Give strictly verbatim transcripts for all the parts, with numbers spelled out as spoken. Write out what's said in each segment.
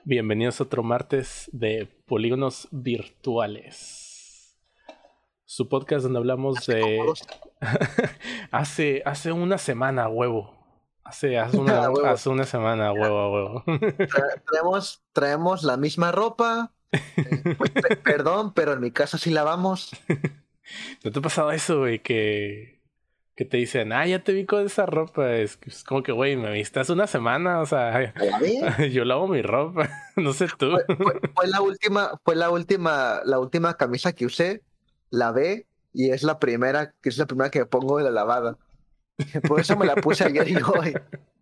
Bienvenidos a otro martes de Polígonos Virtuales. Su podcast donde hablamos de... hace, hace una semana, huevo. Hace, hace, una, Ah, huevo. hace una semana, huevo, a huevo. Tra- traemos, traemos la misma ropa. eh, pues pe- perdón, pero en mi casa sí lavamos. ¿No te ha pasado eso, güey? Que, que te dicen, ah, ya te vi con esa ropa. Es, que- es como que, güey, me viste hace una semana. O sea, ¿La lavé? yo lavo mi ropa. No sé tú. Fue, fue- fue la última, fue la última, la última camisa que usé. Lavé y es la primera, que es la primera que pongo de la lavada. Por eso me la puse ayer y hoy.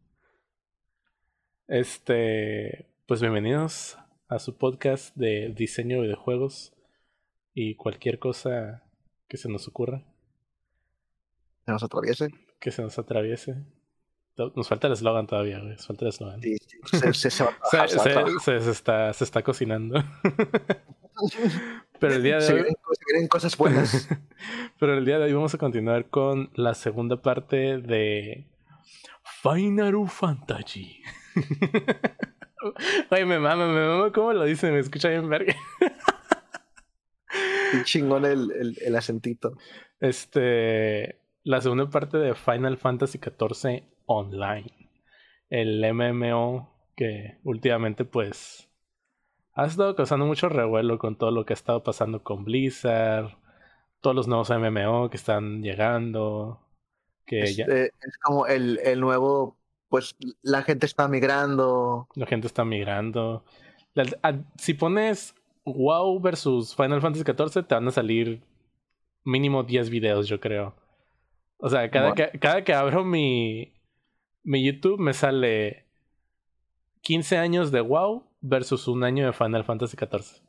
Este, pues bienvenidos a su podcast de diseño de videojuegos y cualquier cosa que se nos ocurra, Se nos atraviese. que se nos atraviese. To- Nos falta el eslogan todavía, güey. Nos falta el eslogan. Sí, sí, se, se- se va a trabajar, Se, se va a se, trabajar. se- se está, se está cocinando. Pero el día de Se hoy, vienen, se vienen cosas buenas. pero el día de hoy vamos a continuar con la segunda parte de Final Fantasy. Oye, me mama, me mama cómo lo dicen, me escucha bien verga. Qué chingón el, el, el acentito. Este, la segunda parte de Final Fantasy catorce Online, el M M O que últimamente pues ha estado causando mucho revuelo con todo lo que ha estado pasando con Blizzard, todos los nuevos M M O que están llegando, que Es, ya eh, es como el, el nuevo, pues la gente está migrando. la gente está migrando. La- a- si pones WoW versus Final Fantasy catorce te van a salir mínimo diez videos, yo creo. O sea, cada Bueno, que, cada que abro mi, mi YouTube me sale quince años de WoW versus un año de Final Fantasy catorce.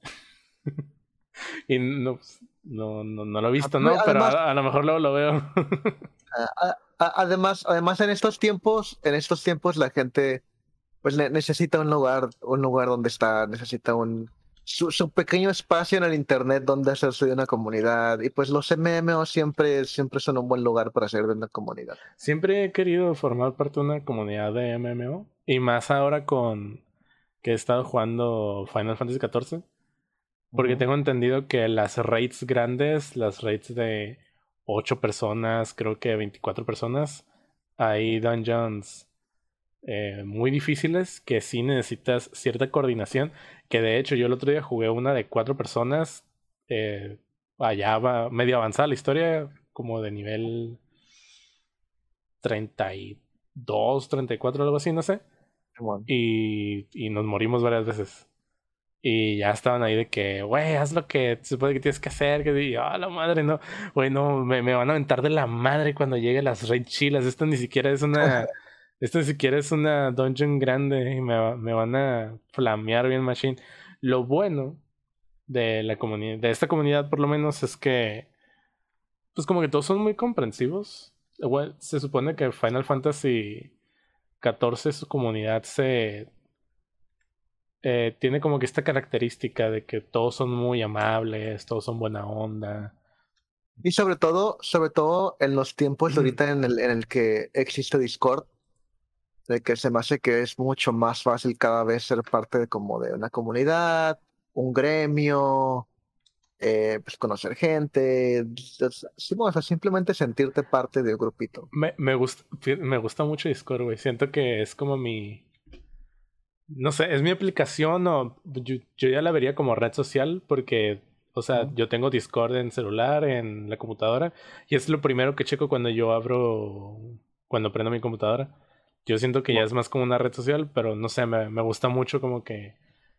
Y no, pues, no, no, no lo he visto, ¿no? Pero además, a, a lo mejor luego lo veo. a- a- además, además en estos tiempos, en estos tiempos la gente pues ne- necesita un lugar, un lugar donde estar, necesita un su, su pequeño espacio en el internet donde hacerse de una comunidad. Y pues los M M O siempre, siempre son un buen lugar para hacer de una comunidad. Siempre he querido formar parte de una comunidad de M M O. Y más ahora con que he estado jugando Final Fantasy catorce. Porque Ujú. tengo entendido que las raids grandes, las raids de ocho personas, creo que veinticuatro personas, hay dungeons eh, muy difíciles que sí necesitas cierta coordinación. Que de hecho yo el otro día jugué una de cuatro personas. Eh, allá va medio avanzada la historia, como de nivel treinta y dos, treinta y cuatro, algo así, no sé. Simón. Y, y nos morimos varias veces. Y ya estaban ahí de que, güey, haz lo que se supone que tienes que hacer. Que digo, ah, la madre, no. Güey, no, me, me van a aventar de la madre cuando llegue las raid chilas. Esto ni siquiera es una. Esto ni siquiera es una dungeon grande. Y me, va- me van a flamear bien machine. Lo bueno de la comunidad, de esta comunidad por lo menos, es que, pues como que todos son muy comprensivos. Igual, se supone que Final Fantasy catorce, su comunidad se eh, tiene como que esta característica de que todos son muy amables, todos son buena onda. Y sobre todo, sobre todo en los tiempos de ahorita en el, en el que existe Discord, de que se me hace que es mucho más fácil cada vez ser parte de como de una comunidad, un gremio, eh, pues conocer gente, es- sí, o sea, simplemente sentirte parte de un grupito. Me, me gusta, me gusta mucho Discord, güey. Siento que es como mi. No sé, es mi aplicación o yo, yo ya la vería como red social porque, o sea, Ujú. yo tengo Discord en celular, en la computadora, y es lo primero que checo cuando yo abro, cuando prendo mi computadora. Yo siento que ya Bueno, es más como una red social, pero no sé, me, me gusta mucho como que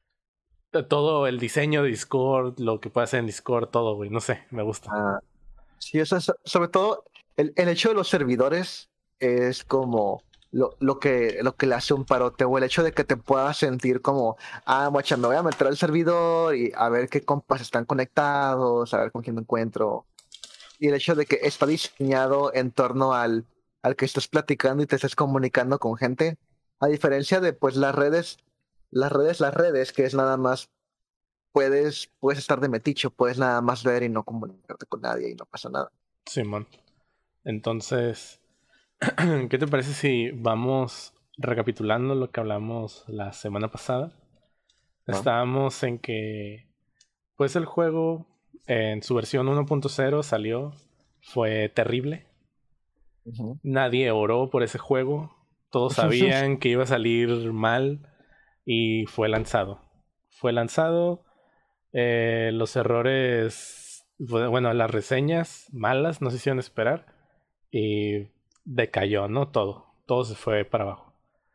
todo el diseño de Discord, lo que puede hacer en Discord, todo, güey, no sé, me gusta. ah, sí, o sea, so- sobre todo el, el hecho de los servidores es como lo, lo que, lo que le hace un parote, o el hecho de que te puedas sentir como, ah, mocha, me voy a meter al servidor y a ver qué compas están conectados, a ver con quién me encuentro. Y el hecho de que está diseñado en torno al, al que estás platicando y te estés comunicando con gente, a diferencia de pues las redes, las redes, las redes, que es nada más, puedes, puedes estar de metiche, puedes nada más ver y no comunicarte con nadie y no pasa nada. Simón. Entonces, ¿qué te parece si vamos recapitulando lo que hablamos la semana pasada? Estábamos en que, pues el juego en su versión uno punto cero salió, fue terrible. Uh-huh. Nadie oró por ese juego. Todos sabían que iba a salir mal y fue lanzado. Fue lanzado. Eh, los errores, bueno, las reseñas malas no se hicieron esperar y decayó, ¿no? Todo. Todo se fue para abajo.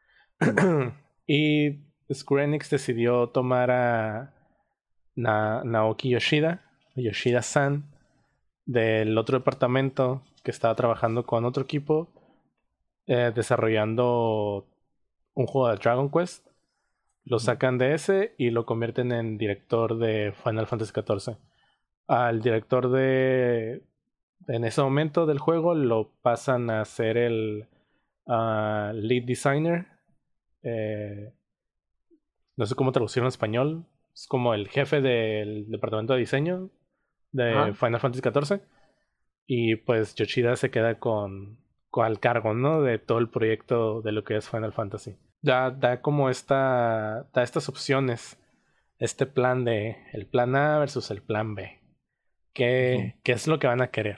Y Square Enix decidió tomar a Na- Naoki Yoshida, Yoshida-san, del otro departamento que estaba trabajando con otro equipo eh, desarrollando un juego de Dragon Quest. Lo sacan de ese y lo convierten en director de Final Fantasy catorce. Al director de en ese momento del juego lo pasan a ser el uh, lead designer. Eh, no sé cómo traducirlo en español. Es como el jefe del departamento de diseño de Ajá. Final Fantasy catorce. Y pues Yoshida se queda con, con al cargo, ¿no? De todo el proyecto de lo que es Final Fantasy. Da, da como esta. Da estas opciones. Este plan de. El plan A versus el plan B. ¿Qué, Uh-huh. ¿qué es lo que van a querer?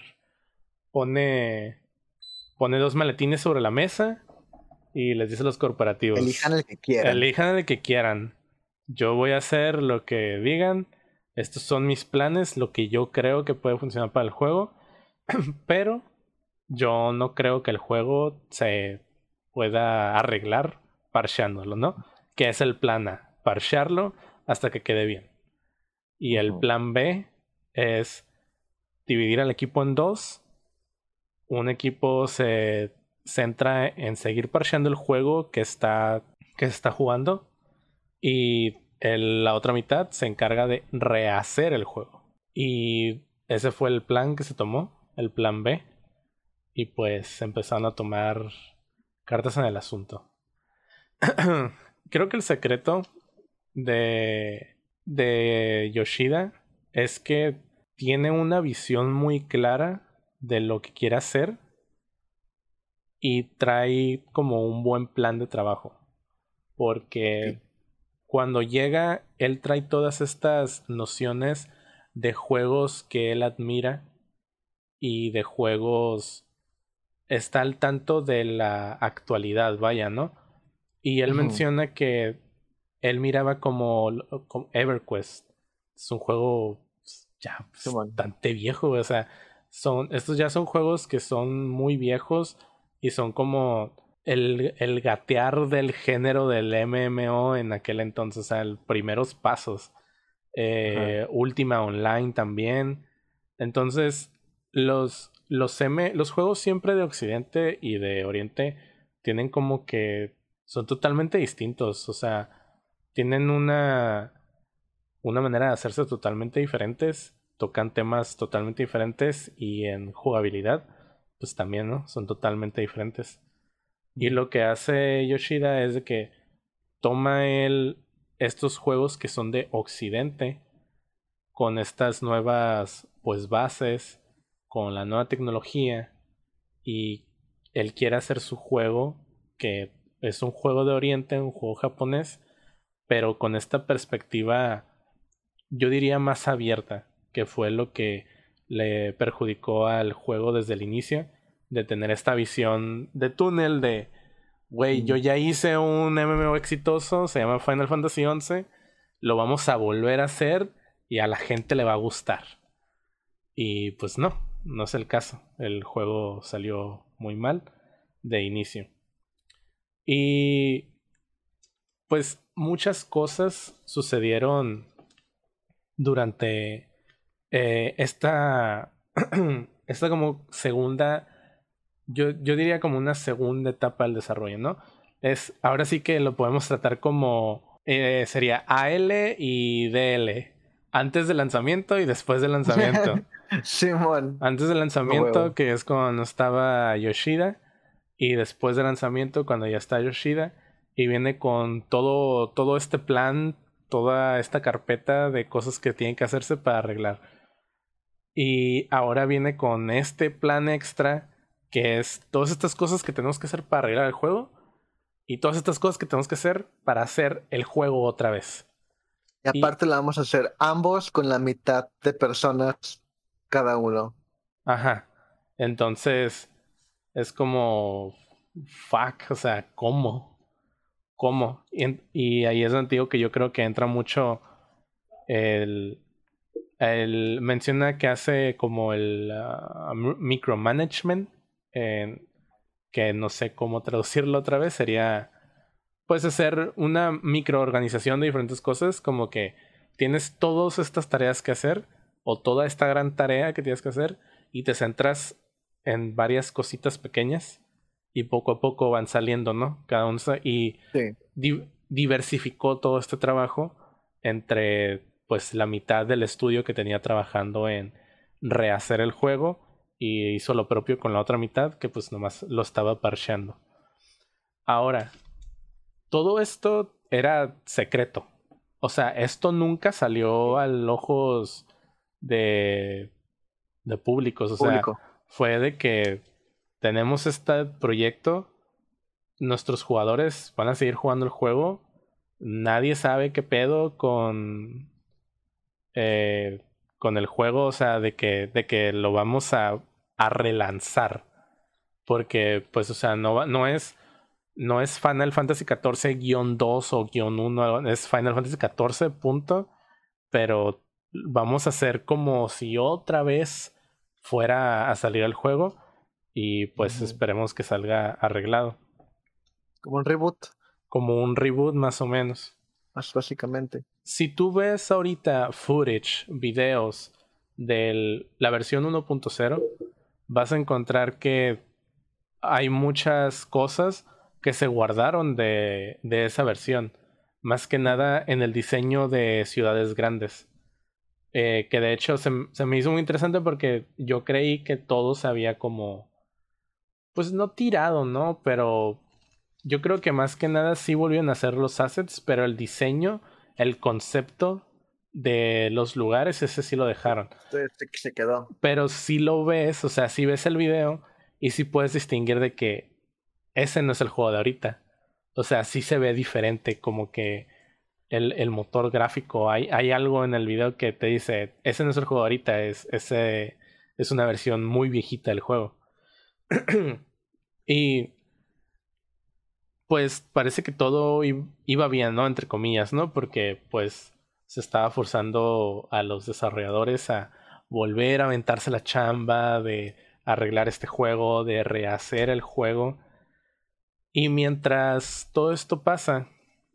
Pone. Pone dos maletines sobre la mesa. Y les dice a los corporativos. Elijan el que quieran. Elijan el que quieran. Yo voy a hacer lo que digan. Estos son mis planes. Lo que yo creo que puede funcionar para el juego. Pero yo no creo que el juego se pueda arreglar parcheándolo, ¿no? Que es el plan A, parchearlo hasta que quede bien. Y el Uh-huh. plan B es dividir al equipo en dos. Un equipo se centra en seguir parcheando el juego que está, que se está jugando. Y el- la otra mitad se encarga de rehacer el juego. Y ese fue el plan que se tomó, el plan B. Y pues empezaron a tomar cartas en el asunto. Creo que el secreto de, de Yoshida es que tiene una visión muy clara de lo que quiere hacer y trae como un buen plan de trabajo. Porque Sí. cuando llega, él trae todas estas nociones de juegos que él admira y de juegos. Está al tanto de la actualidad, vaya, ¿no? Y él Uh-huh. menciona que él miraba como, como EverQuest. Es un juego pues, ya Simón. bastante viejo, o sea, son, estos ya son juegos que son muy viejos y son como el, el gatear del género del M M O en aquel entonces, o sea, los primeros pasos. Ajá. Eh, Ultima Online también. Entonces, los, los, M, los juegos siempre de Occidente y de Oriente tienen como que son totalmente distintos. O sea, tienen una, una manera de hacerse totalmente diferentes. Tocan temas totalmente diferentes y en jugabilidad, pues también, ¿no? Son totalmente diferentes. Y Uh-huh. lo que hace Yoshida es de que toma él estos juegos que son de Occidente con estas nuevas pues bases, con la nueva tecnología y él quiere hacer su juego que es un juego de Oriente, un juego japonés, pero con esta perspectiva yo diría más abierta, que fue lo que le perjudicó al juego desde el inicio, de tener esta visión de túnel de, güey, yo Uh-huh. ya hice un M M O exitoso, se llama Final Fantasy once, lo vamos a volver a hacer y a la gente le va a gustar. Y pues no, no es el caso. El juego salió muy mal de inicio. Y pues muchas cosas sucedieron durante eh, esta, esta como segunda, yo, yo diría como una segunda etapa del desarrollo, ¿no? Es, ahora sí que lo podemos tratar como, eh, sería A L y D L, antes del lanzamiento y después del lanzamiento. Simón. Antes del A lanzamiento, huevo. que es cuando estaba Yoshida, y después del lanzamiento, cuando ya está Yoshida, y viene con todo, todo este plan, toda esta carpeta de cosas que tienen que hacerse para arreglar. Y ahora viene con este plan extra, que es todas estas cosas que tenemos que hacer para arreglar el juego, y todas estas cosas que tenemos que hacer para hacer el juego otra vez. Y Y, aparte la vamos a hacer ambos con la mitad de personas cada uno. ajá, entonces es como, fuck, o sea, ¿cómo? ¿Cómo? Y, en- y ahí es donde digo que yo creo que entra mucho el, el menciona que hace como el ah, m- micromanagement, eh, que no sé cómo traducirlo otra vez, sería pues hacer una microorganización de diferentes cosas, como que tienes todas estas tareas que hacer o toda esta gran tarea que tienes que hacer y te centras en varias cositas pequeñas y poco a poco van saliendo, ¿no? Cada uno sa- y Sí. di- diversificó todo este trabajo entre pues la mitad del estudio que tenía trabajando en rehacer el juego y hizo lo propio con la otra mitad que pues nomás lo estaba parcheando. Ahora, todo esto era secreto. O sea, esto nunca salió a los ojos de, de públicos. O sea, Público. fue de que tenemos este proyecto, nuestros jugadores van a seguir jugando el juego. Nadie sabe qué pedo con, eh, con el juego. O sea, de que, de que lo vamos a, a relanzar. Porque, pues, o sea, no, va- no es no es Final Fantasy catorce guión dos o guión uno, es Final Fantasy catorce, punto. Pero vamos a hacer como si otra vez fuera a salir el juego y pues Ujú. esperemos que salga arreglado. Como un reboot, Como un reboot más o menos. más básicamente. Si tú ves ahorita footage, videos de la versión uno punto cero, vas a encontrar que hay muchas cosas que se guardaron de, de esa versión. Más que Ujú. nada en el diseño de ciudades grandes. Eh, que de hecho se, se me hizo muy interesante porque yo creí que todo se había como, pues no tirado, ¿no? Pero yo creo que más que nada sí volvieron a hacer los assets, pero el diseño, el concepto de los lugares, ese sí lo dejaron. Este que se quedó. Pero si lo ves, o sea, si ves el video y si puedes distinguir de que ese no es el juego de ahorita. O sea, sí se ve diferente, como que el, el motor gráfico, hay, hay algo en el video que te dice, ese no es el juego de ahorita, es, ese, es una versión muy viejita del juego. Y pues parece que todo i- iba bien, ¿no? Entre comillas, ¿no? Porque pues se estaba forzando a los desarrolladores a volver a aventarse la chamba de arreglar este juego, de rehacer el juego. Y mientras todo esto pasa,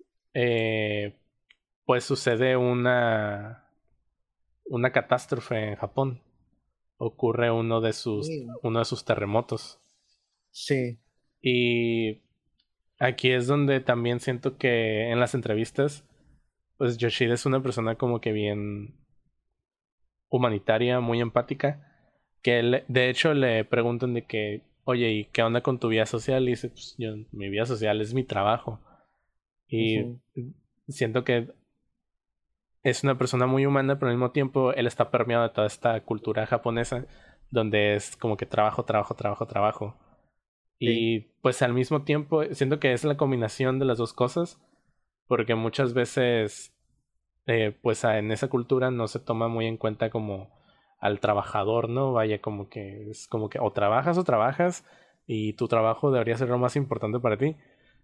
eh, pues sucede una, una catástrofe en Japón. Ocurre uno de sus, Sí. uno de sus terremotos. Sí. Y aquí es donde también siento que en las entrevistas, pues Yoshida es una persona como que bien humanitaria, muy empática. Que le- de hecho le preguntan de que, oye, ¿y qué onda con tu vida social? Y dice, pues yo, mi vida social es mi trabajo. Y Ujú. siento que es una persona muy humana, pero al mismo tiempo él está permeado de toda esta cultura japonesa, donde es como que trabajo, trabajo, trabajo, trabajo. Sí. Y pues al mismo tiempo siento que es la combinación de las dos cosas, porque muchas veces eh, pues a- en esa cultura no se toma muy en cuenta como al trabajador, ¿no? Vaya, como que es como que o trabajas o trabajas y tu trabajo debería ser lo más importante para ti.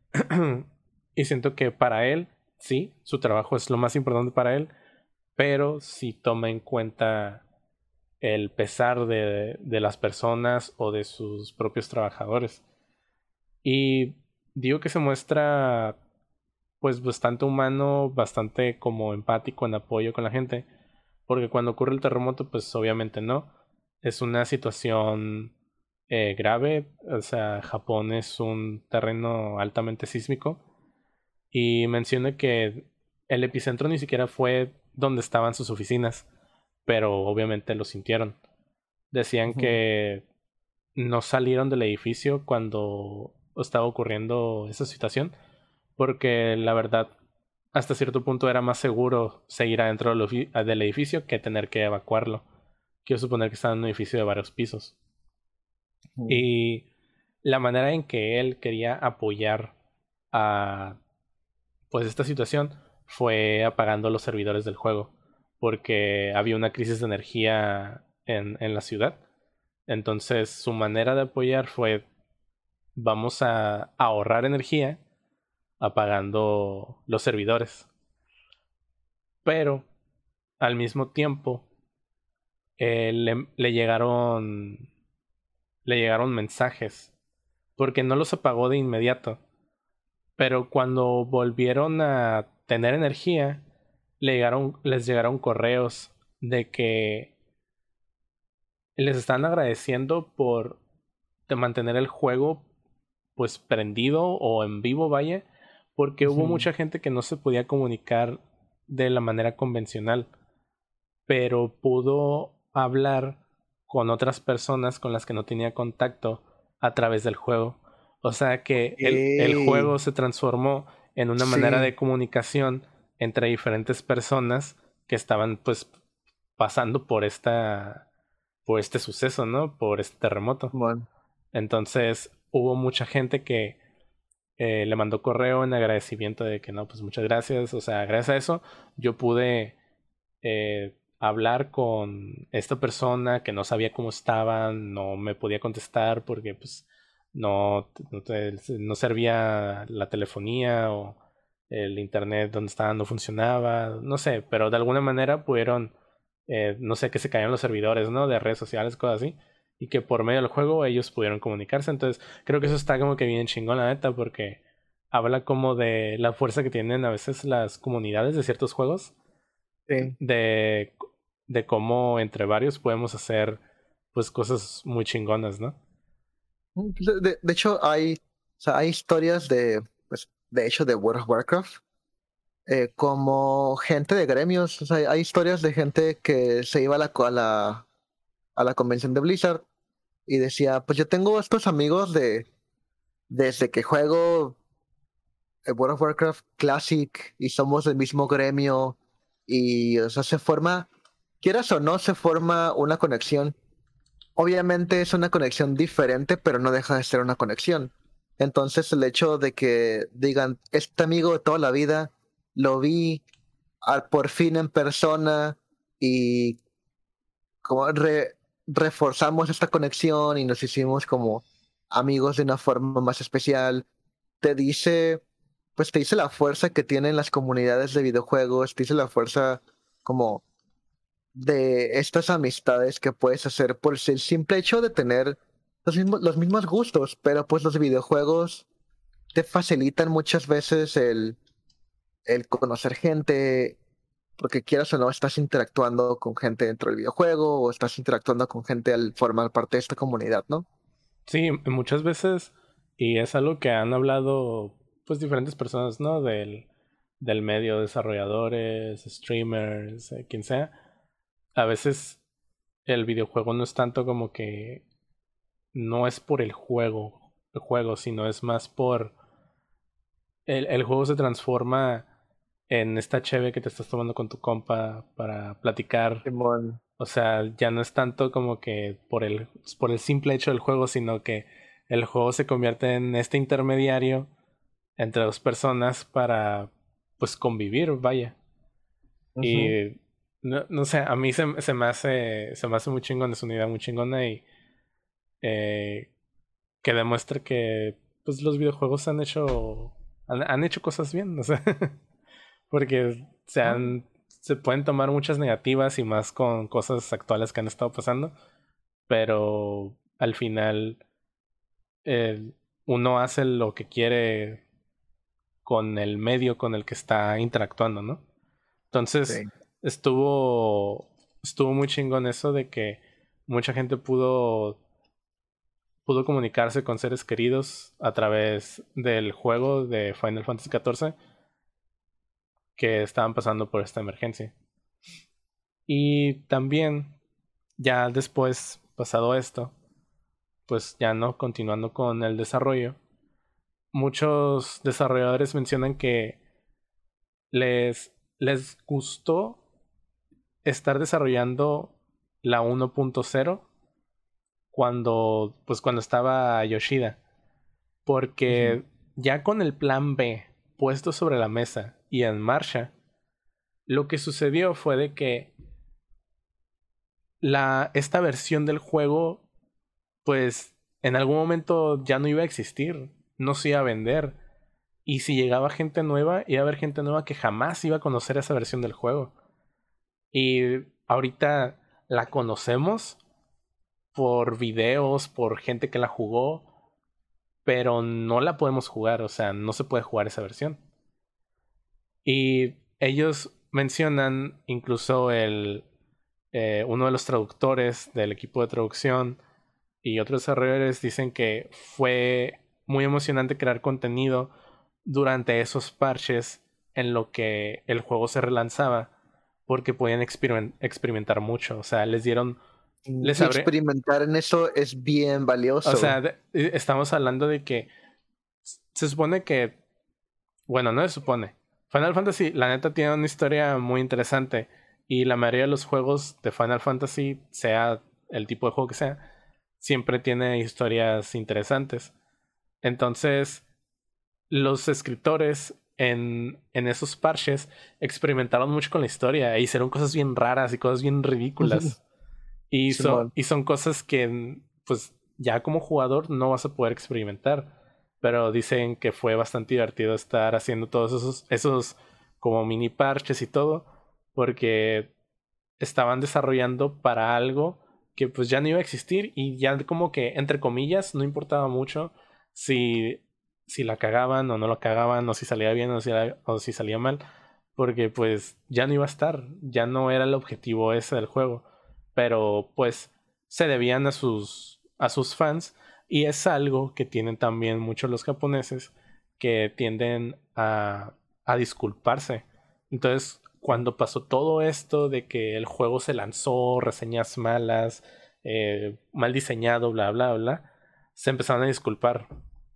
Y siento que para él, sí, su trabajo es lo más importante para él, pero si toma en cuenta el pesar de, de las personas o de sus propios trabajadores. Y digo que se muestra pues bastante humano, bastante como empático en apoyo con la gente, porque cuando ocurre el terremoto pues obviamente no, es una situación eh, grave, o sea, Japón es un terreno altamente sísmico y menciona que el epicentro ni siquiera fue donde estaban sus oficinas, pero obviamente lo sintieron. Decían Ujú. que no salieron del edificio cuando estaba ocurriendo esa situación, porque la verdad, hasta cierto punto era más seguro seguir adentro del, ofi- del edificio que tener que evacuarlo. Quiero suponer que estaba en un edificio de varios pisos. Ujú. Y la manera en que él quería apoyar a pues esta situación fue apagando los servidores del juego porque había una crisis de energía en, en la ciudad. Entonces su manera de apoyar fue vamos a ahorrar energía apagando los servidores. Pero al mismo tiempo eh, le, le llegaron le llegaron mensajes porque no los apagó de inmediato. Pero cuando volvieron a tener energía, le llegaron, les llegaron correos de que les están agradeciendo por de mantener el juego pues prendido o en vivo, vaya, porque hubo Ujú. mucha gente que no se podía comunicar de la manera convencional, pero pudo hablar con otras personas con las que no tenía contacto a través del juego. O sea que el, el Ey, juego se transformó en una manera sí, de comunicación entre diferentes personas que estaban pues pasando por esta por este suceso, ¿no? Por este terremoto. bueno. Entonces hubo mucha gente que eh, le mandó correo en agradecimiento de que no, pues muchas gracias. O sea, gracias a eso yo pude eh, hablar con esta persona que no sabía cómo estaba, no me podía contestar porque pues no, no, te- no servía la telefonía o el internet donde estaba no funcionaba, no sé, pero de alguna manera pudieron, eh, no sé, que se caían los servidores, ¿no? De redes sociales, cosas así. Y que por medio del juego ellos pudieron comunicarse. Entonces, creo que eso está como que bien chingón, la neta, porque habla como de la fuerza que tienen a veces las comunidades de ciertos juegos Sí. de, de cómo entre varios podemos hacer pues cosas muy chingonas, ¿no? Mm, De, de- de hecho, hay, o sea, hay historias de, pues, de hecho, de World of Warcraft, eh, como gente de gremios. O sea, hay historias de gente que se iba a la, co- a la, a la convención de Blizzard y decía, pues yo tengo estos amigos de desde que juego el World of Warcraft Classic y somos del mismo gremio y, o sea, se forma, quieras o no, se forma una conexión. Obviamente es una conexión diferente, pero no deja de ser una conexión. Entonces el hecho de que digan, este amigo de toda la vida, lo vi al- por fin en persona y como re- reforzamos esta conexión y nos hicimos como amigos de una forma más especial, te dice, pues te dice la fuerza que tienen las comunidades de videojuegos, te dice la fuerza como de estas amistades que puedes hacer por el simple hecho de tener los mismos, los mismos gustos, pero pues los videojuegos te facilitan muchas veces el, el conocer gente, porque quieras o no, estás interactuando con gente dentro del videojuego o estás interactuando con gente al formar parte de esta comunidad, ¿no? Sí, muchas veces, y es algo que han hablado pues diferentes personas, ¿no? Del, del medio, desarrolladores, streamers, eh, quien sea. A veces el videojuego no es tanto como que no es por el juego, el juego, sino es más por el, el juego se transforma en esta cheve que te estás tomando con tu compa para platicar. Simón. O sea, ya no es tanto como que por el, por el simple hecho del juego, sino que el juego se convierte en este intermediario entre dos personas para pues convivir, vaya. Ujú. Y no, no sé, a mí se, se me hace, se me hace muy chingona, es una idea muy chingona y eh, que demuestra que pues los videojuegos han hecho han, han hecho cosas bien, o sea, porque se Ah, han se pueden tomar muchas negativas y más con cosas actuales que han estado pasando, pero al final eh, uno hace lo que quiere con el medio con el que está interactuando, ¿no? Entonces sí. estuvo estuvo muy chingón eso de que mucha gente pudo pudo comunicarse con seres queridos a través del juego de Final Fantasy catorce que estaban pasando por esta emergencia. Y también, ya después, pasado esto, pues ya no, continuando con el desarrollo, muchos desarrolladores mencionan que les, les gustó estar desarrollando la uno punto cero cuando, pues cuando estaba Yoshida, Ujú. porque ya con el plan B puesto sobre la mesa y en marcha, Lo que sucedió fue de que la, esta versión del juego, pues en algún momento ya no iba a existir, no se iba a vender. Y si llegaba gente nueva, iba a haber gente nueva que jamás iba a conocer esa versión del juego. Y ahorita la conocemos por videos, por gente que la jugó, pero no la podemos jugar, o sea, no se puede jugar esa versión. Y ellos mencionan, incluso el, eh, uno de los traductores del equipo de traducción y otros desarrolladores dicen que fue muy emocionante crear contenido durante esos parches en lo que el juego se relanzaba, porque podían experiment- experimentar mucho, o sea, les dieron, les Y abre, experimentar en eso es bien o sea, valioso. de- eh, estamos hablando de que se supone que, bueno, no se supone. Final Fantasy, la neta, tiene una historia muy interesante. Y la mayoría de los juegos de Final Fantasy, sea el tipo de juego que sea, siempre tiene historias interesantes. Entonces, los escritores en, en esos parches experimentaron mucho con la historia e hicieron cosas bien raras y cosas bien ridículas. Y, so- Simón. y son cosas que, pues, ya como jugador no vas a poder experimentar. Pero dicen que fue bastante divertido estar haciendo todos esos, esos como mini parches y todo, porque estaban desarrollando para algo que pues ya no iba a existir y ya como que, entre comillas, no importaba mucho si, si la cagaban o no la cagaban, o si salía bien o si, o si salía mal, porque pues ya no iba a estar, ya no era el objetivo ese del juego, pero pues se debían a sus, a sus fans, y es algo que tienen también muchos los japoneses, que tienden a, a disculparse. Entonces, cuando pasó todo esto de que el juego se lanzó, reseñas malas, eh, mal diseñado, bla, bla, bla, se empezaron a disculpar.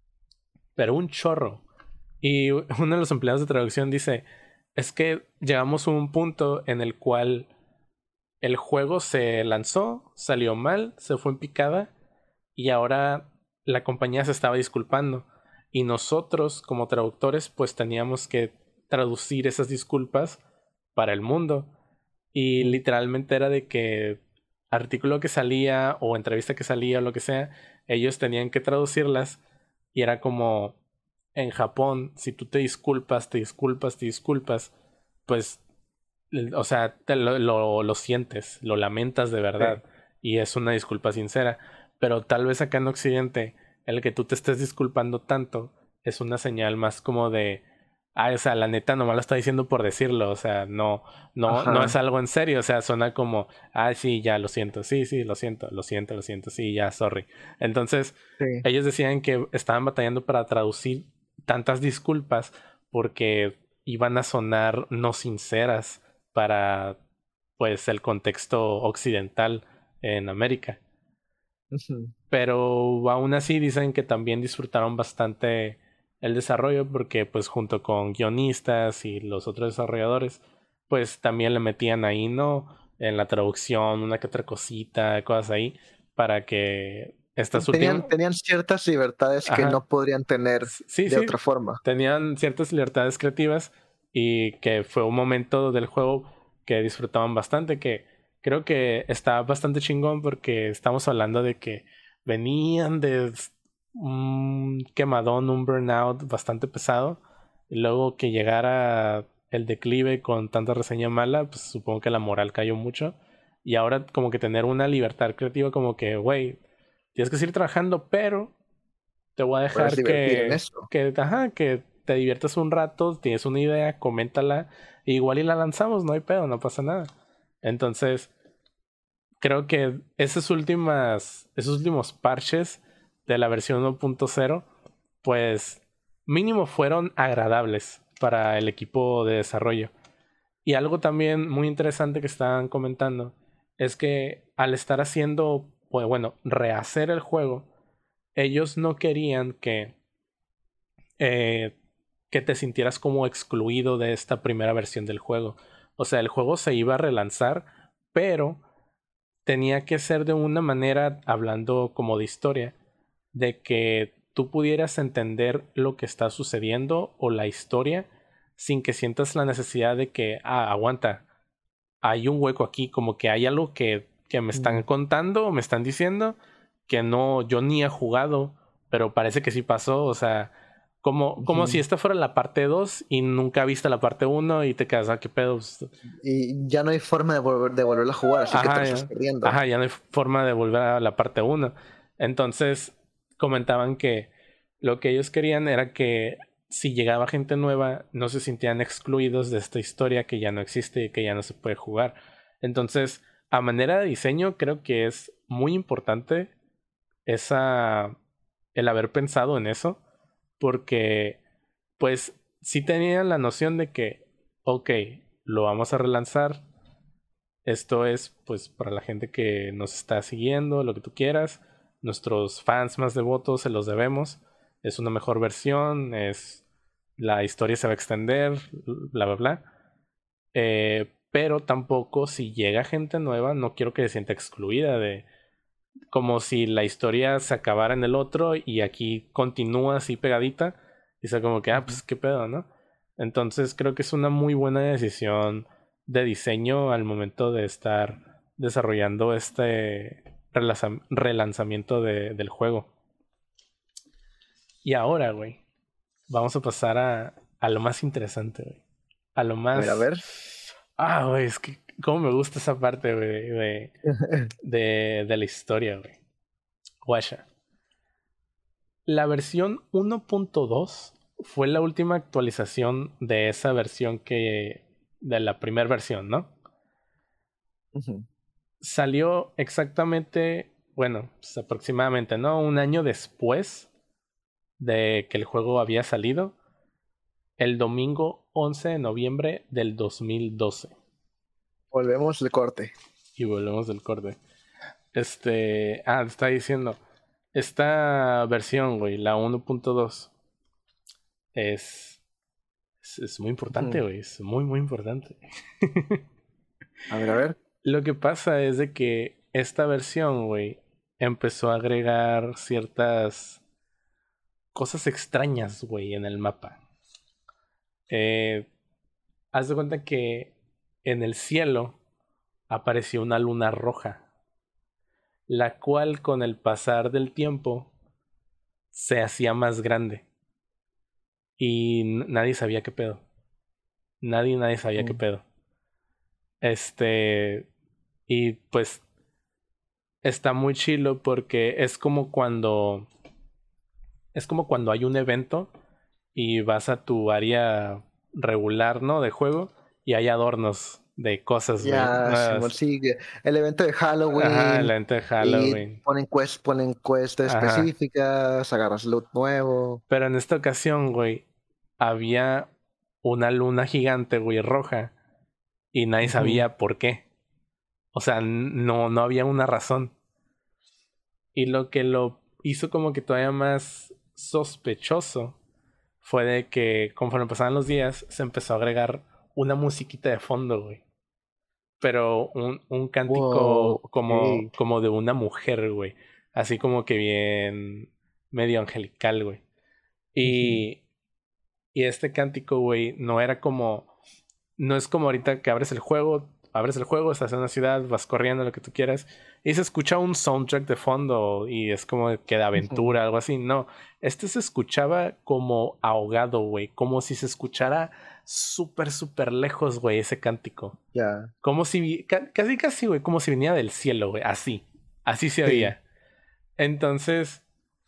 Pero un chorro. Y uno de los empleados de traducción dice, es que llegamos a un punto en el cual el juego se lanzó, salió mal, se fue en picada, y ahora la compañía se estaba disculpando. Y nosotros, como traductores, pues teníamos que traducir esas disculpas para el mundo. Y literalmente era de que artículo que salía o entrevista que salía o lo que sea, ellos tenían que traducirlas, y era como en Japón, si tú te disculpas, te disculpas, te disculpas, pues, o sea, te lo, lo, lo sientes, lo lamentas de Sí. verdad y es una disculpa sincera. Pero tal vez acá en Occidente, el que tú te estés disculpando tanto es una señal más como de, ah, o sea, la neta nomás lo está diciendo por decirlo, o sea, no, no, no es Ajá. algo en serio, o sea, suena como, ah, sí, ya, lo siento, sí, sí, lo siento, lo siento, lo siento, sí, ya, sorry. Entonces, Sí. ellos decían que estaban batallando para traducir tantas disculpas porque iban a sonar no sinceras para, pues, el contexto occidental en América. Ujú. Pero aún así dicen que también disfrutaron bastante el desarrollo, porque pues junto con guionistas y los otros desarrolladores, pues también le metían ahí, ¿no? En la traducción, una que otra cosita, cosas ahí, para que estas últimas... Tenían, tenían ciertas libertades que Ajá, no podrían tener sí, de sí, otra forma. tenían ciertas libertades creativas, y que fue un momento del juego que disfrutaban bastante, que creo que está bastante chingón, porque estamos hablando de que venían de un quemadón, un burnout bastante pesado, y luego que llegara el declive con tanta reseña mala, pues supongo que la moral cayó mucho, y ahora como que tener una libertad creativa, como que, güey, tienes que seguir trabajando, pero te voy a Puedes dejar divertir en que, eso. que, ajá, que te diviertas un rato, tienes una idea, coméntala, e igual y la lanzamos, no hay pedo, no pasa nada. Entonces, creo que esas últimas, esos últimos parches de la versión uno punto cero, pues mínimo fueron agradables para el equipo de desarrollo. Y algo también muy interesante que estaban comentando es que al estar haciendo, pues bueno, rehacer el juego, ellos no querían que eh, que te sintieras como excluido de esta primera versión del juego. O sea, el juego se iba a relanzar, pero tenía que ser de una manera, hablando como de historia, de que tú pudieras entender lo que está sucediendo o la historia sin que sientas la necesidad de que, ah, aguanta, hay un hueco aquí, como que hay algo que, que me están Mm. contando o me están diciendo que no, yo ni he jugado, pero parece que sí pasó, o sea, como, como si Ujú. esta fuera la parte dos y nunca viste la parte uno y te quedas, ah, qué pedo. Pues, Y ya no hay forma de, volver, de volverlo a jugar, así que te ajá, lo estás ya, perdiendo. ajá, ya no hay forma de volver a la parte uno. Entonces comentaban que lo que ellos querían era que si llegaba gente nueva no se sintieran excluidos de esta historia que ya no existe y que ya no se puede jugar. Entonces, a manera de diseño, creo que es muy importante esa, el haber pensado en eso, porque pues sí tenían la noción de que, ok, lo vamos a relanzar. Esto es pues para la gente que nos está siguiendo, lo que tú quieras. Nuestros fans más devotos se los debemos. Es una mejor versión, es la historia se va a extender, bla, bla, bla. Eh, pero tampoco si llega gente nueva, no quiero que se sienta excluida de como si la historia se acabara en el otro y aquí continúa así pegadita. Y sea como que, ah, Ujú. pues qué pedo, ¿no? Entonces creo que es una muy buena decisión de diseño al momento de estar desarrollando este relanzam- relanzamiento de- del juego. Y ahora, güey, vamos a pasar a, a lo más interesante, güey. A lo A ver, a más... ver. Ah, güey, es que cómo me gusta esa parte, güey, de, de, de la historia, güey. Guacha. La versión uno punto dos fue la última actualización de esa versión que... de la primera versión, ¿no? Ujú. Salió exactamente, bueno, pues aproximadamente, ¿no? Un año después de que el juego había salido, el domingo once de noviembre del dos mil doce. Volvemos al corte. Y volvemos del corte. Este, ah, te está diciendo, esta versión, güey, la uno punto dos, es, es, es muy importante, Ujú. güey, es muy, muy importante. A ver, a ver. Lo que pasa es de que esta versión, güey, empezó a agregar ciertas cosas extrañas, güey, en el mapa. Eh, haz de cuenta que en el cielo apareció una luna roja, la cual con el pasar del tiempo se hacía más grande y n- nadie sabía qué pedo. Nadie, nadie sabía qué Ujú. pedo. Este, y pues está muy chilo porque es como cuando, es como cuando hay un evento y vas a tu área regular, ¿no? De juego y hay adornos de cosas, güey, Ya, Simón, nuevas. sí, el evento de Ajá, el Halloween evento de y Halloween. ponen quest, ponen quest Ajá. específicas, agarras loot nuevo. Pero en esta ocasión, güey, había una luna gigante, güey, roja y nadie Ujú. sabía por qué. O sea, n- no, no había una razón. Y lo que lo hizo como que todavía más sospechoso fue de que conforme pasaban los días se empezó a agregar una musiquita de fondo, güey. Pero un, un Wow, cántico como, ok. como de una mujer, güey. Así como que bien medio angelical, güey. Ujú. Y, y este cántico, güey, no era como... No es como ahorita que abres el juego, abres el juego, estás en una ciudad, vas corriendo, lo que tú quieras, y se escucha un soundtrack de fondo y es como que de Ujú. aventura, algo así. No, este se escuchaba como ahogado, güey, como si se escuchara súper, súper lejos, güey, ese cántico. Ya, Como si, vi- ca- casi, casi, güey, como si venía del cielo, güey, así, así se sí. oía. Entonces,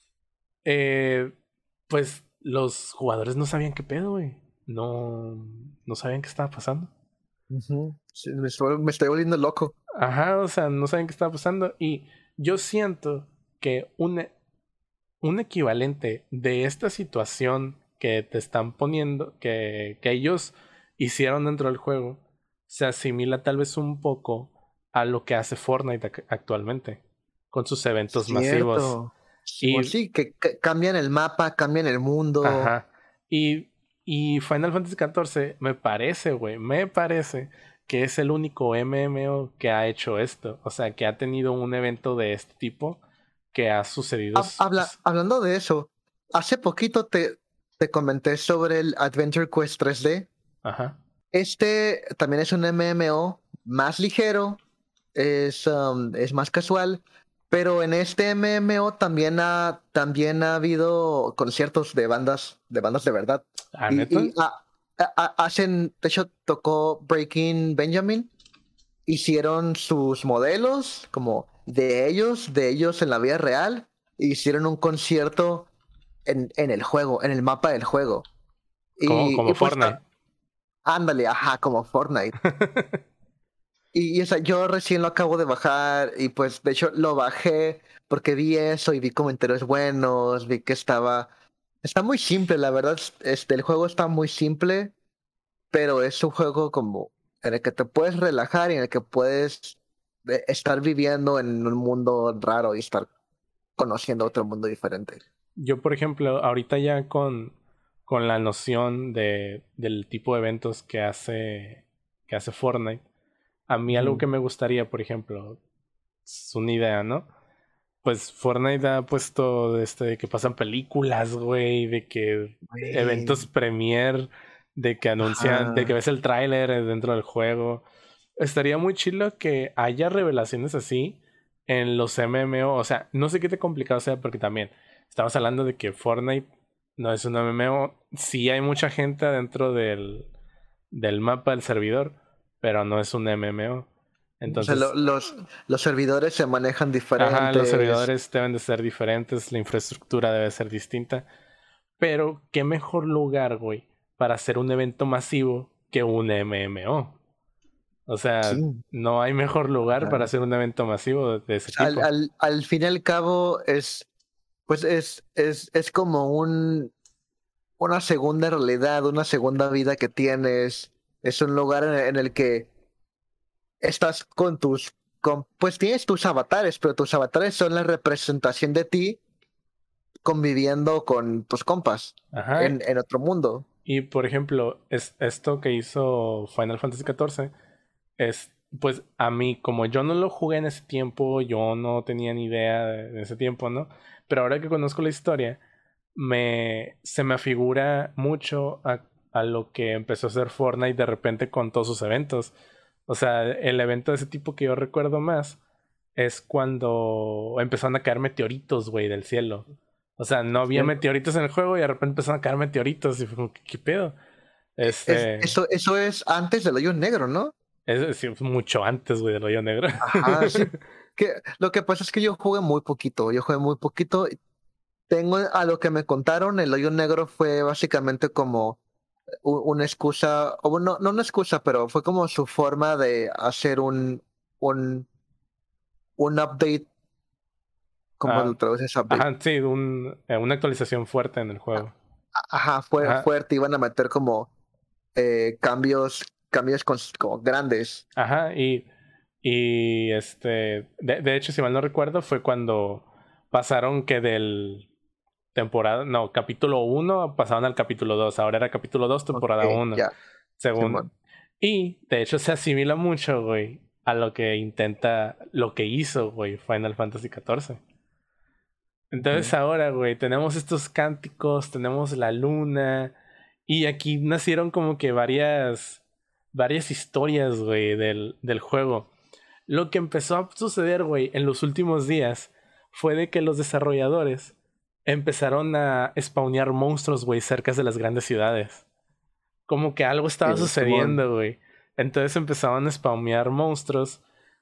eh, pues los jugadores no sabían qué pedo, güey. No, no sabían qué estaba pasando. Ujú. Sí, me estoy, me estoy volviendo loco. Ajá, o sea, no saben qué está pasando. Y yo siento que un, e- un equivalente de esta situación que te están poniendo, que, que ellos hicieron dentro del juego, se asimila tal vez un poco a lo que hace Fortnite ac- actualmente, con sus eventos masivos. Cierto. Simón, Y, sí, que, que cambian el mapa, cambian el mundo. ajá, y, y Final Fantasy catorce me parece, güey, me parece que es el único M M O que ha hecho esto. O sea, que ha tenido un evento de este tipo que ha sucedido. Hab- Habla, Pues, hablando de eso, hace poquito te, te comenté sobre el Adventure Quest tres D. Ajá. Este también es un M M O más ligero, es, um, es más casual, pero en este M M O también ha, también ha habido conciertos de bandas, de bandas de verdad. ¿Ah, Y, neta? y ah, ah, ah, hacen, de hecho, tocó Breaking Benjamin, hicieron sus modelos como de ellos, de ellos en la vida real, e hicieron un concierto en, en el juego, en el mapa del juego. Como, Y, como y pues, Fortnite. ándale, ajá, como Fortnite. Y, y, o sea, yo recién lo acabo de bajar y pues de hecho lo bajé porque vi eso y vi comentarios buenos, vi que estaba... Está muy simple, la verdad, este, el juego está muy simple, pero es un juego como en el que te puedes relajar y en el que puedes eh, estar viviendo en un mundo raro y estar conociendo otro mundo diferente. Yo, por ejemplo, ahorita ya con, con la noción de, del tipo de eventos que hace, que hace Fortnite, a mí algo Ujú. que me gustaría, por ejemplo, es una idea, ¿no? Pues Fortnite ha puesto este, de que pasan películas, güey, de que eventos Güey, premier, de que anuncian, de que ajá. ves el tráiler dentro del juego. Estaría muy chido que haya revelaciones así en los M M O. O sea, no sé qué te complicado sea, porque también estamos hablando de que Fortnite no es un M M O. Sí hay mucha gente dentro del, del mapa del servidor, pero no es un M M O. O sea, lo- Entonces, los, los servidores se manejan ajá, los diferentes. servidores deben de ser diferentes, la infraestructura debe ser distinta. Pero qué mejor lugar, güey, para hacer un evento masivo que un M M O. O sea, Sí. no hay mejor lugar para hacer un evento masivo de ese Al, tipo. al, al fin y al cabo es, pues es, es, es como un, una segunda realidad, una segunda vida que tienes. Es un lugar en, en el que estás con tus, con, pues tienes tus avatares, pero tus avatares son la representación de ti conviviendo con tus compas Ajá. en, en otro mundo. Y por ejemplo, es, esto que hizo Final Fantasy catorce es, pues a mí, como yo no lo jugué en ese tiempo, yo no tenía ni idea de, de ese tiempo, ¿no? Pero ahora que conozco la historia, me, se me afigura mucho a, a lo que empezó a hacer Fortnite de repente con todos sus eventos. O sea, el evento de ese tipo que yo recuerdo más es cuando empezaron a caer meteoritos, güey, del cielo. O sea, no había Sí. meteoritos en el juego y de repente empezaron a caer meteoritos y fue como, ¿qué, qué pedo? Es, Este, eso, eso es antes del hoyo negro, ¿no? es decir, mucho antes, güey, del hoyo negro. Ajá, sí. Que, lo que pasa es que yo jugué muy poquito, yo jugué muy poquito. Tengo a lo que me contaron, el hoyo negro fue básicamente como u- una excusa, o no, no una excusa, pero fue como su forma de hacer un, un, un update, ¿cómo lo Ah, traduces update? ajá, sí, un, eh, una actualización fuerte en el A- juego. Ajá, fue Ajá, fuerte, iban a meter como eh, cambios, cambios cons- como grandes. ajá, y, y este, de, de hecho, si mal no recuerdo, fue cuando pasaron que del temporada, no, capítulo uno pasaron al capítulo dos. Ahora era capítulo dos Ok, temporada uno ya, según. Simón. Y de hecho se asimila mucho, güey, a lo que intenta, lo que hizo, güey, Final Fantasy catorce. Entonces Ujú. ahora, güey, tenemos estos cánticos, tenemos la luna, y aquí nacieron como que varias, varias historias, güey, del, del juego. Lo que empezó a suceder, güey, en los últimos días fue de que los desarrolladores empezaron a spawnear monstruos, güey, cerca de las grandes ciudades. Como que algo Sí, estaba Simón. sucediendo, güey. Entonces empezaban a spawnear monstruos.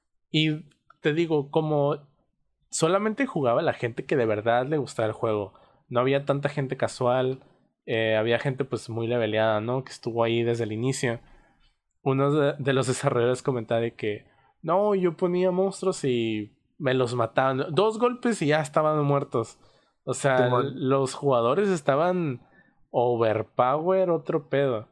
Y te digo, como solamente jugaba la gente que de verdad le gustaba el juego. No había tanta gente casual. Eh, había gente pues muy leveleada, ¿no? Que estuvo ahí desde el inicio. Uno de, de los desarrolladores comentaba de que no, yo ponía monstruos y me los mataban. Dos golpes y ya estaban muertos. O sea, Simón. los jugadores estaban overpower, otro pedo.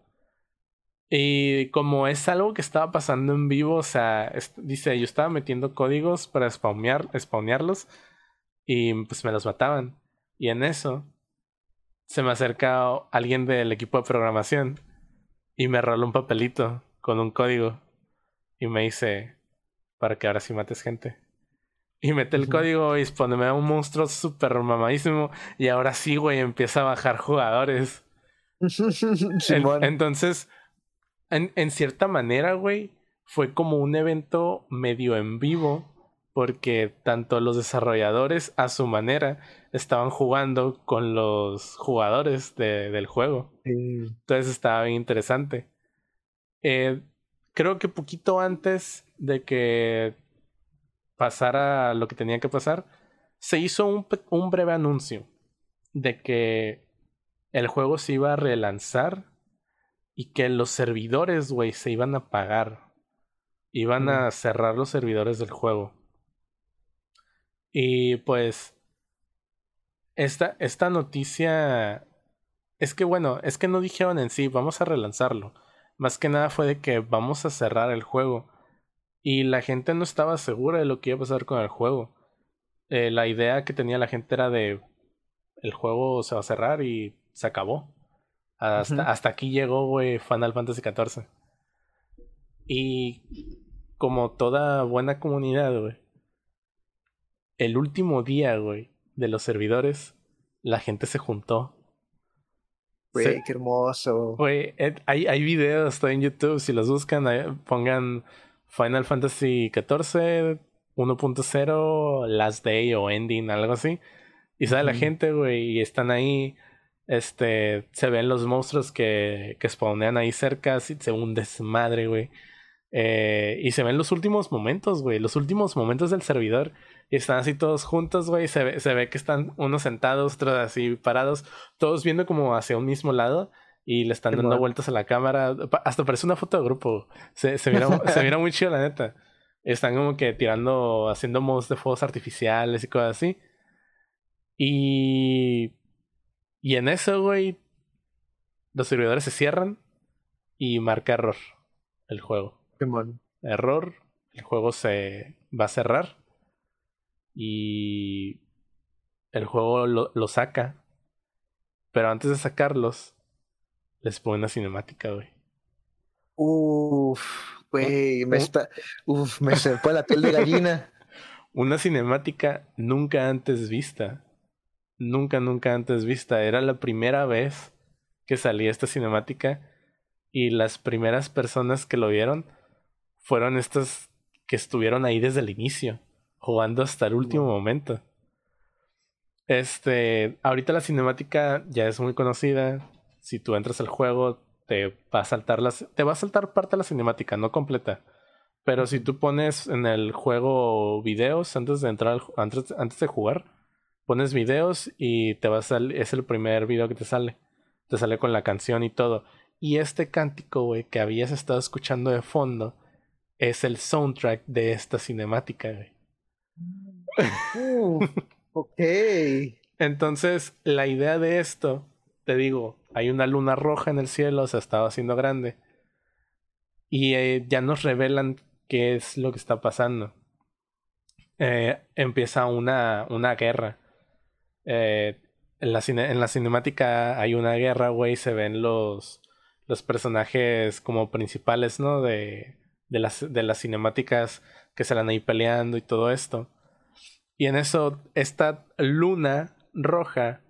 Y como es algo que estaba pasando en vivo, o sea, es- dice, yo estaba metiendo códigos para spawnear, spawnearlos y pues me los mataban. Y en eso se me acerca alguien del equipo de programación y me rola un papelito con un código y me dice, para que ahora sí mates gente. Y mete el Ujú. código y spawnéame a un monstruo súper mamadísimo y ahora sí, güey, empieza a bajar jugadores. En- Simón. entonces En, en cierta manera, güey, fue como un evento medio en vivo, porque tanto los desarrolladores a su manera estaban jugando con los jugadores de- del juego. Sí. Entonces estaba bien interesante. Eh, Creo que poquito antes de que pasara lo que tenía que pasar, se hizo un, pe- un breve anuncio de que el juego se iba a relanzar y que los servidores, güey, se iban a pagar. Iban Mm. a cerrar los servidores del juego. Y pues, esta, esta noticia. Es que bueno, es que no dijeron en sí, vamos a relanzarlo. Más que nada fue de que vamos a cerrar el juego. Y la gente no estaba segura de lo que iba a pasar con el juego. Eh, la idea que tenía la gente era de el juego se va a cerrar y se acabó. Hasta, Ujú. hasta aquí llegó, güey, Final Fantasy catorce. Y como toda buena comunidad, güey, el último día, güey, de los servidores, la gente se juntó. Se, Güey, qué hermoso. güey, eh, hay, hay videos, está en YouTube, si los buscan, ahí pongan Final Fantasy catorce, uno punto cero, Last Day o Ending, algo así. Y sale la Ujú. gente, güey, y están ahí. Este, se ven los monstruos que, que spawnean ahí cerca, así, se ve un desmadre, güey. Eh, y se ven los últimos momentos, güey, los últimos momentos del servidor. Y están así todos juntos, güey. Se ve, se ve que están unos sentados, otros así parados, todos viendo como hacia un mismo lado. Y le están dando Simón. vueltas a la cámara. Pa- Hasta parece una foto de grupo. Se, se mira, se mira muy chido, la neta. Están como que tirando, haciendo mods de fuegos artificiales y cosas así. Y, y en eso, güey, los servidores se cierran y marca error el juego. Simón. Error, el juego se va a cerrar y el juego lo, lo saca, pero antes de sacarlos, les pone una cinemática, güey. Uf, Un- güey, me un- está. Uf, me se me pone la piel de gallina. una cinemática nunca antes vista. Nunca, nunca antes vista. Era la primera vez que salía esta cinemática y las primeras personas que lo vieron fueron estas que estuvieron ahí desde el inicio, jugando hasta el último Simón. momento. Este, ahorita la cinemática ya es muy conocida. Si tú entras al juego, te va a saltar las, te va a saltar parte de la cinemática, no completa. Pero si Ujú. tú pones en el juego videos antes de entrar, al ju- antes, antes de jugar, pones videos y te va a salir, es el primer video que te sale. Te sale con la canción y todo. Y este cántico, güey, que habías estado escuchando de fondo, es el soundtrack de esta cinemática, güey. Uf, ok. Entonces, la idea de esto, te digo, hay una luna roja en el cielo, se estaba haciendo grande. Y eh, ya nos revelan qué es lo que está pasando. Eh, empieza una, una guerra. Eh, en, la cine- en la cinemática hay una guerra, güey. Se ven los, los personajes como principales, ¿no? De, de, las, de las cinemáticas que se la han ahí peleando y todo esto. Y en eso, esta luna roja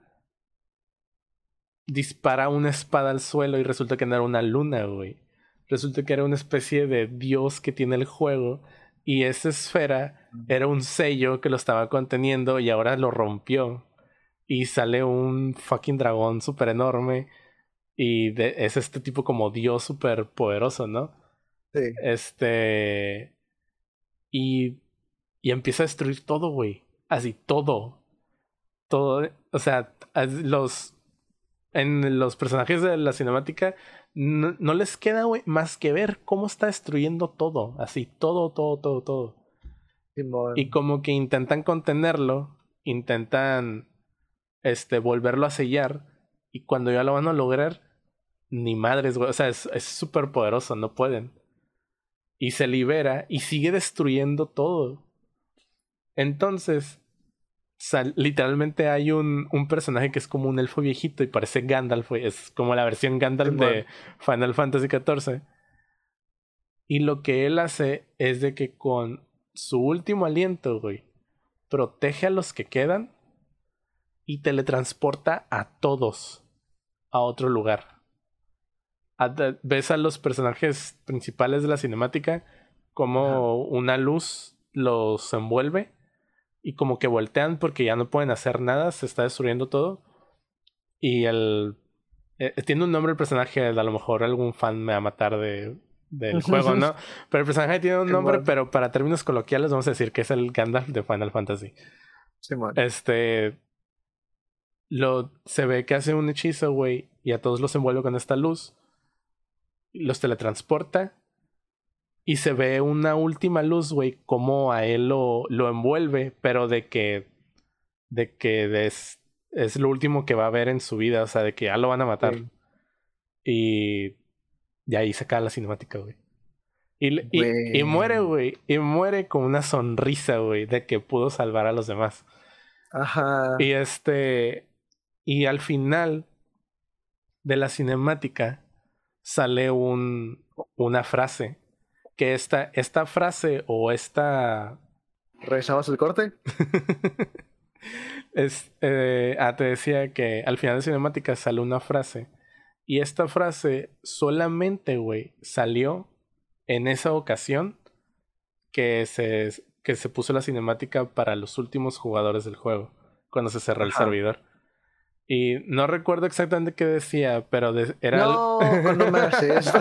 dispara una espada al suelo y resulta que no era una luna, güey. Resulta que era una especie de dios que tiene el juego y esa esfera era un sello que lo estaba conteniendo y ahora lo rompió. Y sale un fucking dragón súper enorme y de- es este tipo como dios súper poderoso, ¿no? Sí. Este... Y, y empieza a destruir todo, güey. Así, todo. Todo. O sea, as- los en los personajes de la cinemática no, no les queda, güey, más que ver cómo está destruyendo todo, así, todo, todo, todo, todo. Y Simón. como que intentan contenerlo, intentan, este, volverlo a sellar, y cuando ya lo van a lograr, ni madres, güey, o sea, es es súper poderoso, no pueden. Y se libera y sigue destruyendo todo. Entonces, sal- literalmente hay un, un personaje que es como un elfo viejito y parece Gandalf, güey. Es como la versión Gandalf Simón. de Final Fantasy catorce. Y lo que él hace es de que con su último aliento, güey, protege a los que quedan y teletransporta a todos a otro lugar. a- ves a los personajes principales de la cinemática como una luz los envuelve y como que voltean porque ya no pueden hacer nada, se está destruyendo todo. Y el eh, tiene un nombre el personaje, a lo mejor algún fan me va a matar de del juego, ¿no? Pero el personaje tiene un nombre, Simón, pero para términos coloquiales vamos a decir que es el Gandalf de Final Fantasy. Simón. Este lo se ve que hace un hechizo, güey, y a todos los envuelve con esta luz, los teletransporta y se ve una última luz, güey, como a él lo, lo envuelve, pero de que de que es, es lo último que va a ver en su vida, o sea, de que ya lo van a matar. Sí. Y de ahí se acaba la cinemática, güey. Y, y, y muere, Güey. güey. Y muere con una sonrisa, güey, de que pudo salvar a los demás. Y Ajá. este. Y al final de la cinemática sale un, una frase. Que esta, esta frase o esta. ¿Regresamos al corte? es, eh, ah, te decía que al final de la cinemática sale una frase. Y esta frase solamente, güey, salió en esa ocasión que se, que se puso la cinemática para los últimos jugadores del juego, cuando se cerró el Ajá. servidor. Y no recuerdo exactamente qué decía, pero de- era... al- No, no me hagas esto.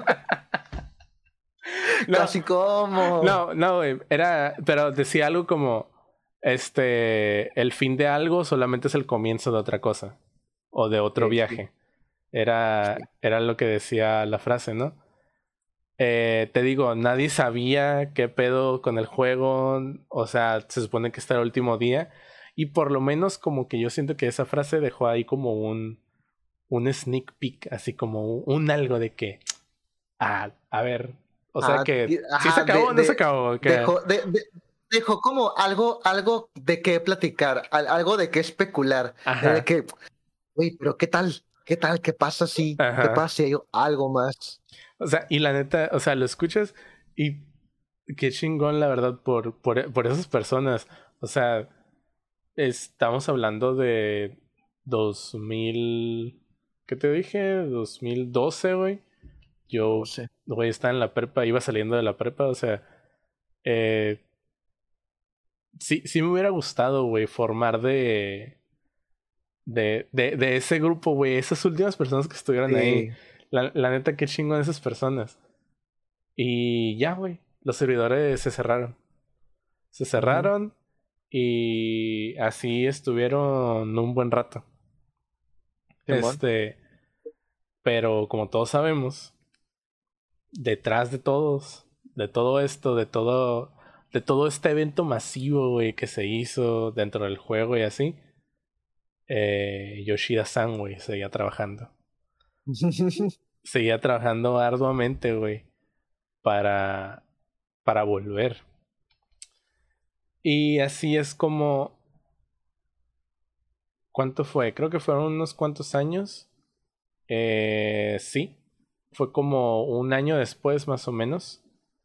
no, Casi como. no, no, güey, era... Pero decía algo como, este, el fin de algo solamente es el comienzo de otra cosa, o de otro Sí, sí, viaje. Era, sí. era lo que decía la frase, ¿no? Eh, te digo, nadie sabía qué pedo con el juego. O sea, se supone que está el último día. Y por lo menos como que yo siento que esa frase dejó ahí como un, un sneak peek, así como un, un algo de que, ah, a ver, o sea Ah, que y- sí se ajá, acabó de, o no se de, acabó. Que, dejó, de, de- dejó como algo, algo de qué platicar, al- algo de qué especular, de ajá, que, güey, pero ¿qué tal? ¿Qué tal? ¿Qué pasa si, qué ajá. pasa si hay algo más? O sea, y la neta, o sea, lo escuchas y qué chingón, la verdad, por, por, por esas personas. O sea, estamos hablando de dos mil... ¿Qué te dije? dos mil doce, güey. No Yo, sé. güey, estaba en la prepa, iba saliendo de la prepa, o sea, eh, sí, sí me hubiera gustado, güey, formar de, de, de, de ese grupo, güey, esas últimas personas que estuvieron ahí. Sí. La, la neta, qué chingón esas personas. Y ya, güey, los servidores se cerraron. Se Ujú. cerraron y así estuvieron un buen rato. Simón. Este, pero como todos sabemos, detrás de todos, de todo esto, de todo, de todo este evento masivo, güey, que se hizo dentro del juego y así, eh, Yoshida-san, güey, seguía trabajando. Seguía trabajando arduamente, güey, para, para volver. Y así es como, ¿cuánto fue? Creo que fueron unos cuantos años. Eh, sí, fue como un año después, más o menos.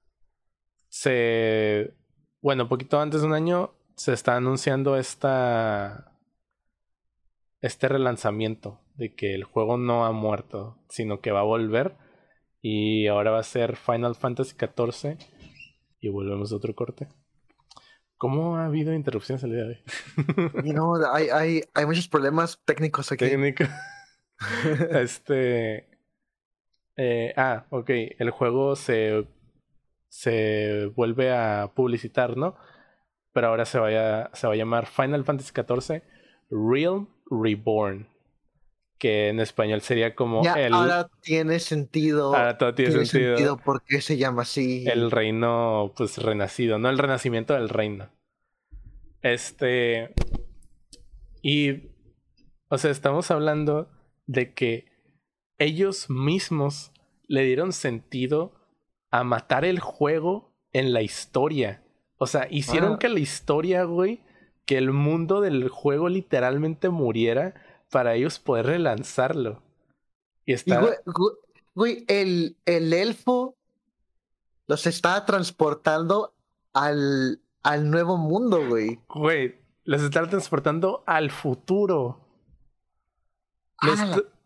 Se, bueno, poquito antes de un año se está anunciando esta, este relanzamiento de que el juego no ha muerto, sino que va a volver y ahora va a ser Final Fantasy catorce y volvemos a otro corte. ¿Cómo ha habido interrupciones el día de hoy? Y no, hay, hay, hay muchos problemas técnicos aquí. Técnica. Este, eh, ah, ok, el juego se se vuelve a publicitar, ¿no? Pero ahora se, vaya, se va a llamar Final Fantasy catorce Realm Reborn, que en español sería como Ya, el... ahora tiene sentido, Ahora todo tiene tiene sentido. sentido por qué se llama El así. reino, pues, renacido, ¿no? El renacimiento del reino. Este... Y, o sea, estamos hablando de que ellos mismos le dieron sentido a matar el juego en la historia. O sea, hicieron Ah, que la historia, güey, que el mundo del juego literalmente muriera para ellos poder relanzarlo. Y y güey, está, güey, güey, el, el elfo los está transportando al, al nuevo mundo, güey. güey, los están transportando al futuro. Los, ¡Hala!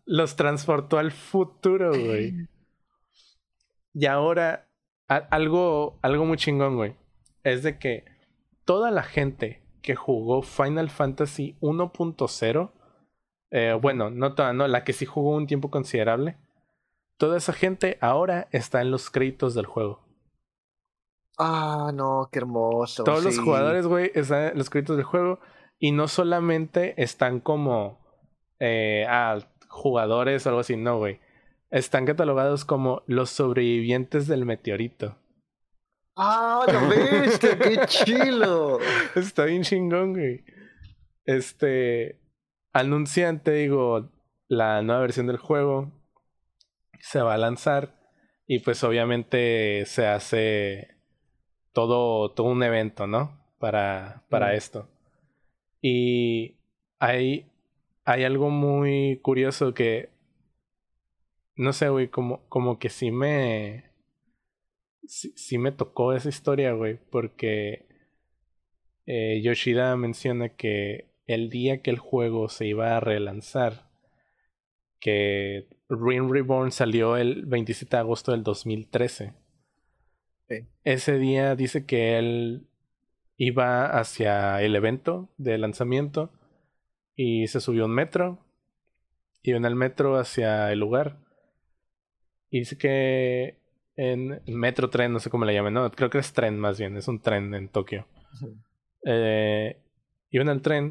los transportó al futuro, güey. Y ahora, a- algo, algo muy chingón, güey, es de que toda la gente que jugó Final Fantasy uno punto cero, eh, Ujú. bueno, no toda, no, la que sí jugó un tiempo considerable, toda esa gente ahora está en los créditos del juego. Ah, no, qué hermoso, Todos los sí. jugadores, güey, están en los créditos del juego y no solamente están como eh, ah, jugadores o algo así, no, güey. Están catalogados como los sobrevivientes del meteorito. Ah, la bestia, qué chilo. Está bien chingón, güey. Este, anuncian, te digo, la nueva versión del juego se va a lanzar y pues obviamente se hace todo, todo un evento, ¿no? Para, para Mm, esto. Y hay, hay algo muy curioso que, no sé, güey, como, como que sí me, sí, sí me tocó esa historia, güey, porque eh, Yoshida menciona que el día que el juego se iba a relanzar, que Ring Reborn salió el veintisiete de agosto del dos mil trece. sí. Ese día dice que él iba hacia el evento de lanzamiento y se subió a un metro, iba en el metro hacia el lugar y dice que en metro tren, no sé cómo le llaman, no, creo que es tren más bien, es un tren en Tokio. Ujú. Eh, iba en el tren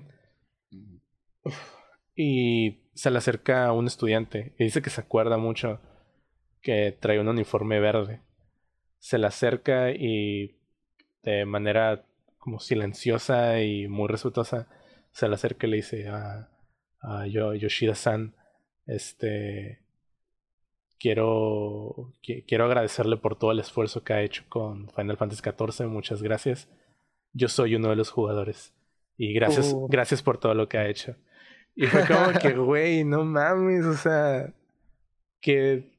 y se le acerca a un estudiante y dice que se acuerda mucho que trae un uniforme verde. Se le acerca y de manera como silenciosa y muy respetuosa se le acerca y le dice a, a Yo- Yoshida-san, este, quiero, qui- quiero agradecerle por todo el esfuerzo que ha hecho con Final Fantasy catorce, muchas gracias. Yo soy uno de los jugadores y gracias, Uh. gracias por todo lo que ha hecho. Y fue como que, güey, no mames, o sea, que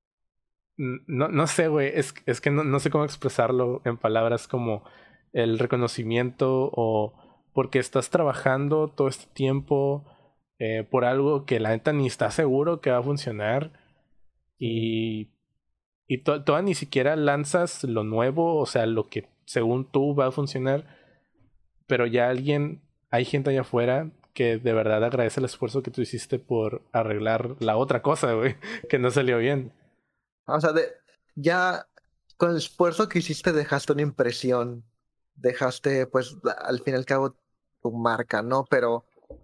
no, no sé, güey, es, es que no, no sé cómo expresarlo en palabras como el reconocimiento o porque estás trabajando todo este tiempo eh, por algo que la neta ni está seguro que va a funcionar Sí. y, y to- toda ni siquiera lanzas lo nuevo, o sea, lo que según tú va a funcionar, pero ya alguien, hay gente allá afuera que de verdad agradece el esfuerzo que tú hiciste por arreglar la otra cosa, güey, que no salió bien. O sea, de, ya con el esfuerzo que hiciste dejaste una impresión, dejaste pues la- al fin y al cabo tu marca, ¿no? Pero,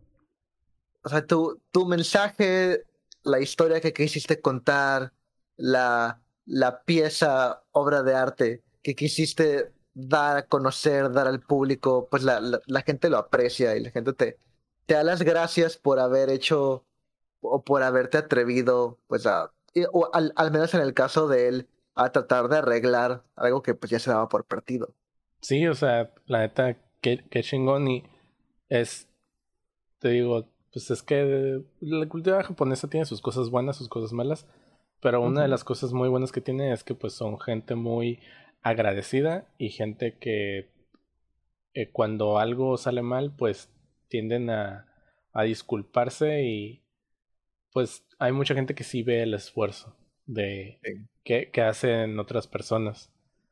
o sea, tu, tu mensaje, la historia que quisiste contar, la, la pieza, obra de arte que quisiste dar a conocer, dar al público, pues la, la, la gente lo aprecia y la gente te, te da las gracias por haber hecho o por haberte atrevido, pues a, y- o al, al menos en el caso de él, a tratar de arreglar algo que pues ya se daba por perdido. Sí, o sea, la neta, qué, qué chingón y es, te digo, pues es que la cultura japonesa tiene sus cosas buenas, sus cosas malas, pero una de Ujú. las cosas muy buenas que tiene es que pues son gente muy agradecida y gente que eh, cuando algo sale mal, pues tienden a, a disculparse y pues hay mucha gente que sí ve el esfuerzo de Sí. que, que hacen otras personas.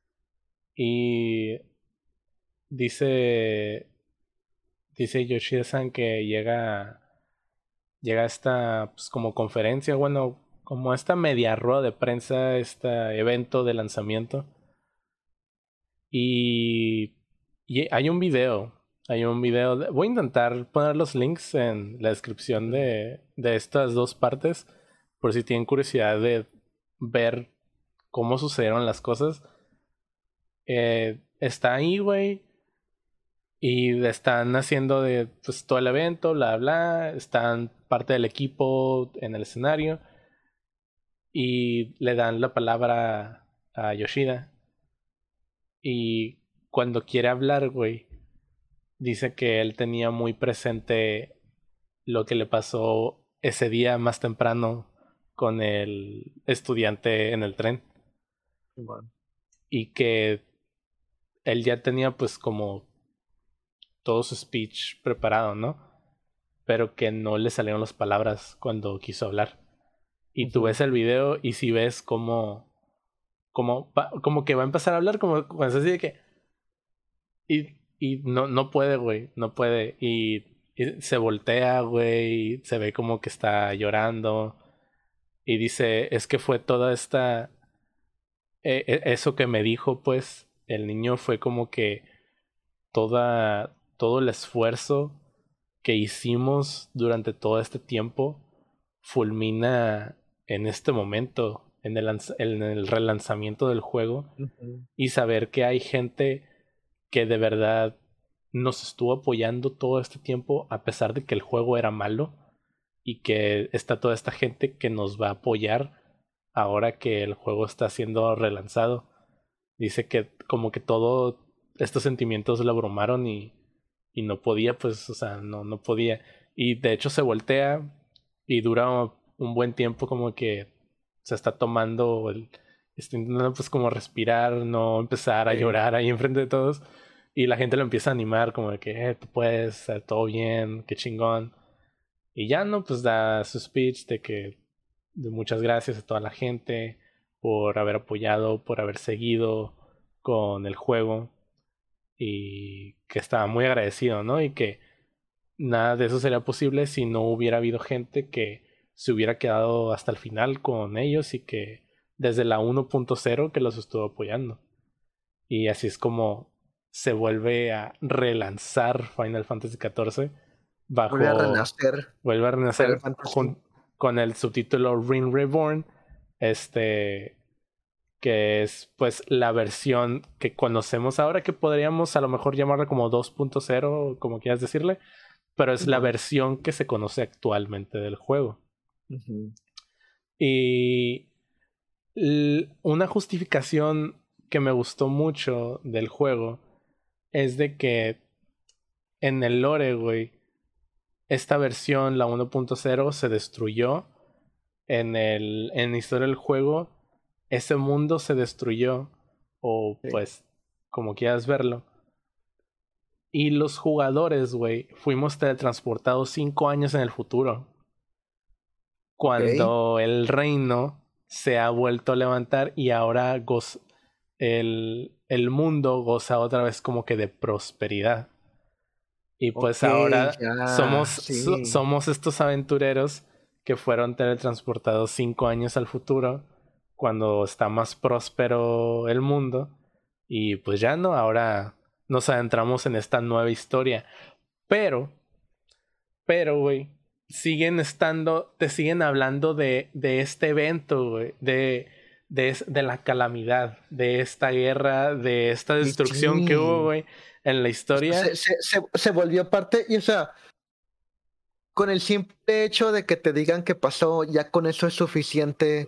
Y dice, dice Yoshida-san que llega llega esta pues, como conferencia, bueno, como esta media rueda de prensa, este evento de lanzamiento. Y, y hay un video, hay un video, de- voy a intentar poner los links en la descripción Ujú. de, de estas dos partes, por si tienen curiosidad de ver cómo sucedieron las cosas. Eh, está ahí, güey. Y están haciendo de pues todo el evento, bla bla, están parte del equipo en el escenario y le dan la palabra a Yoshida. Y cuando quiere hablar, güey, dice que él tenía muy presente lo que le pasó ese día más temprano con el estudiante en el tren. Bueno. Y que él ya tenía pues como todo su speech preparado, ¿no? Pero que no le salieron las palabras cuando quiso hablar. Y tú Ujú. ves el video y si ves como, como, va- como que va a empezar a hablar, como cuando es así de que... Y, y no, no puede, güey, no puede. Y, y se voltea, güey, y se ve como que está llorando. Y dice, es que fue toda esta... eh, eh, eso que me dijo, pues, el niño fue como que toda, todo el esfuerzo que hicimos durante todo este tiempo fulmina en este momento, en el, lanz- en el relanzamiento del juego, Ujú. y saber que hay gente que de verdad nos estuvo apoyando todo este tiempo a pesar de que el juego era malo y que está toda esta gente que nos va a apoyar ahora que el juego está siendo relanzado. Dice que como que todos estos sentimientos lo abrumaron y, y no podía, pues, o sea, no, no podía. Y de hecho se voltea y dura un buen tiempo como que se está tomando el... Está intentando pues como respirar, no empezar a Sí. llorar ahí enfrente de todos. Y la gente lo empieza a animar como de que, eh, tú puedes, hacer todo bien, qué chingón. Y ya no, pues da su speech de que de muchas gracias a toda la gente por haber apoyado, por haber seguido con el juego y que estaba muy agradecido, ¿no? Y que nada de eso sería posible si no hubiera habido gente que se hubiera quedado hasta el final con ellos y que desde la uno punto cero que los estuvo apoyando. Y así es como se vuelve a relanzar Final Fantasy catorce Vuelve a bajo, renacer vuelve a Final renacer Fantasy. jun- con el subtítulo Ring Reborn, este, que es pues la versión que conocemos ahora, que podríamos a lo mejor llamarla como dos punto cero, como quieras decirle, pero es la Simón. versión que se conoce actualmente del juego. Ujú. Y l- una justificación que me gustó mucho del juego es de que en el lore, güey, esta versión, la uno punto cero, se destruyó. En el, en la historia del juego, ese mundo se destruyó, o Sí. pues, como quieras verlo. Y los jugadores, güey, fuimos teletransportados cinco años en el futuro, Ok. cuando el reino se ha vuelto a levantar y ahora goz el, el mundo goza otra vez como que de prosperidad. Y Ok, pues ahora ya, somos, so- sí. somos estos aventureros que fueron teletransportados cinco años al futuro, cuando está más próspero el mundo. Y pues ya no, ahora nos adentramos en esta nueva historia. Pero, pero, güey, siguen estando, te siguen hablando de, de este evento, güey, de, de, es- de la calamidad, de esta guerra, de esta Y destrucción que hubo, sí. güey, en la O sea, historia. se, se, se, se volvió parte, y o sea, con el simple hecho de que te digan que pasó, ya con eso es suficiente,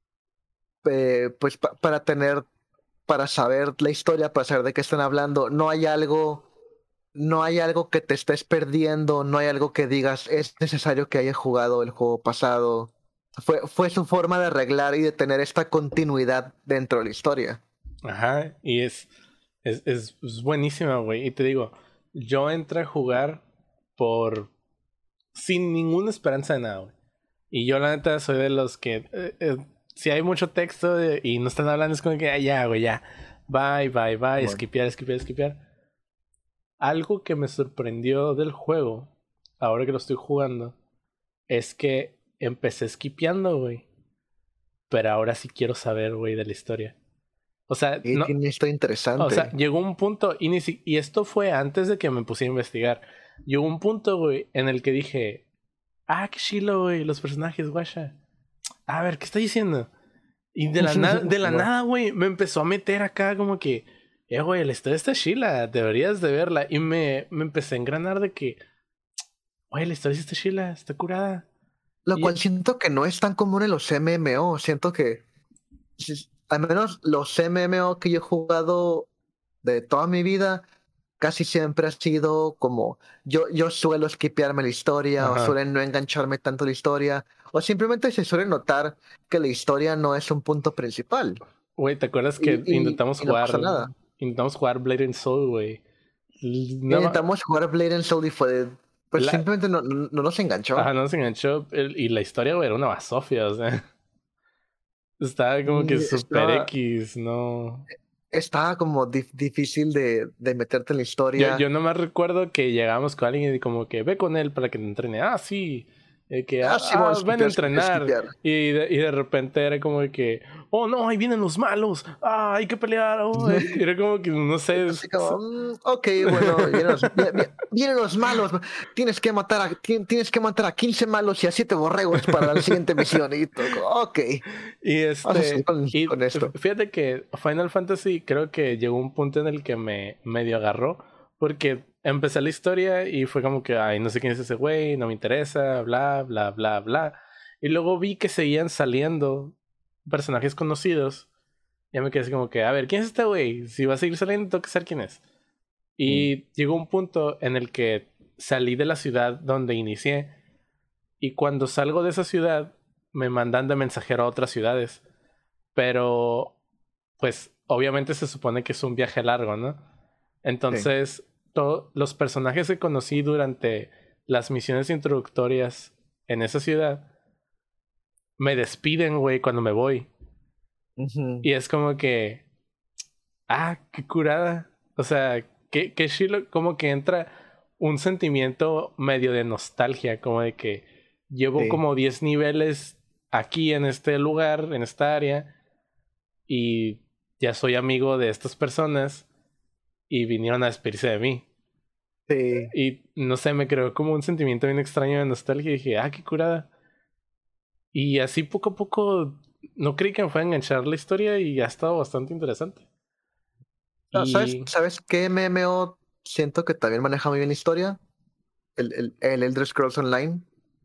eh, pues pa- para tener, para saber la historia, para saber de qué están hablando. No hay algo, no hay algo que te estés perdiendo, no hay algo que digas, es necesario que hayas jugado el juego pasado. Fue, fue su forma de arreglar y de tener esta continuidad dentro de la historia. Ajá, y es, es, es, es buenísima, güey. Y te digo, yo entré a jugar por sin ninguna esperanza de nada, güey. Y yo la neta soy de los que eh, eh, si hay mucho texto de- y no están hablando es como que "Ah, ya, güey, ya. Bye, bye, bye, Bueno, skipear, skipear, skipear". Algo que me sorprendió del juego, ahora que lo estoy jugando, es que empecé skipeando, güey. Pero ahora sí quiero saber, güey, de la historia. O sea, y no, tiene esto o sea, interesante. llegó un punto, y, ni si- y esto fue antes de que me pusiera a investigar. Llegó un punto, güey, en el que dije, ah, qué chilo, güey, los personajes, guasha. A ver, ¿qué está diciendo? Y de la, nada de la Simón. nada, güey, me empezó a meter acá como que, eh, güey, la historia está chila, deberías de verla. Y me, me empecé a engranar de que, güey, la historia sí está chila, está curada. Lo Y, cual siento que no es tan común en los M M O. Siento que, si- al menos los M M O que yo he jugado de toda mi vida, casi siempre ha sido como yo, yo suelo skipearme la historia o ajá, suelen no engancharme tanto la historia o simplemente se suele notar que la historia no es un punto principal güey, ¿te acuerdas y, que y, intentamos y no pasa jugar, nada. intentamos jugar Blade and Soul, güey? Nada más, Intentamos jugar Blade and Soul y fue de, Pues La... simplemente no, no, no nos enganchó. Ajá, no se enganchó. El, y la historia, güey, era una basofia, o sea. Estaba como que Mm, super Estaba, X, ¿no? estaba como dif- difícil de, de meterte en la Yo, historia. yo nomás recuerdo que llegamos con alguien y como que ve con él para que te entrene. Ah, sí. Eh, que, ah, Ah, Simón, ah, ven a skipear, skipear, entrenar. skipear. Y de, y de repente era como de que, oh no, ahí vienen los malos. Ah, hay que pelear. Oh. Y era como que, no sé. Así como, mm, ok, bueno, vienen los, vi- vi- vienen los malos. Tienes que matar a, ti- tienes que matar a quince malos y a siete borregos para la siguiente misión. Y todo, como, ok, Y vamos a seguir este, con, y con esto. fíjate que Final Fantasy creo que llegó un punto en el que me medio agarró. Porque empecé la historia y fue como que, ay, no sé quién es ese güey, no me interesa, bla, bla, bla, bla. Y luego vi que seguían saliendo personajes conocidos. Ya me quedé así como que, a ver, ¿quién es este güey? Si va a seguir saliendo, tengo que saber quién es. Mm, Y llegó un punto en el que salí de la ciudad donde inicié. Y cuando salgo de esa ciudad, me mandan de mensajero a otras ciudades. Pero, pues, obviamente se supone que es un viaje largo, ¿no? sí. Entonces, todos los personajes que conocí durante las misiones introductorias en esa ciudad me despiden, güey, cuando me voy. Ujú, Y es como que, ah, qué curada. O sea, qué, qué chilo, como que entra un sentimiento medio de nostalgia, como de que llevo sí, como diez niveles aquí en este lugar, en esta área, y ya soy amigo de estas personas y vinieron a despedirse de mí. sí. Y no sé, me creó como un sentimiento bien extraño de nostalgia y dije, ah, qué curada. Y así poco a poco no creí que me fuera a enganchar la historia y ha estado bastante interesante. Ah, ¿Sabes, Y... ¿sabes qué M M O siento que también maneja muy bien la historia? El, el, el Elder Scrolls Online,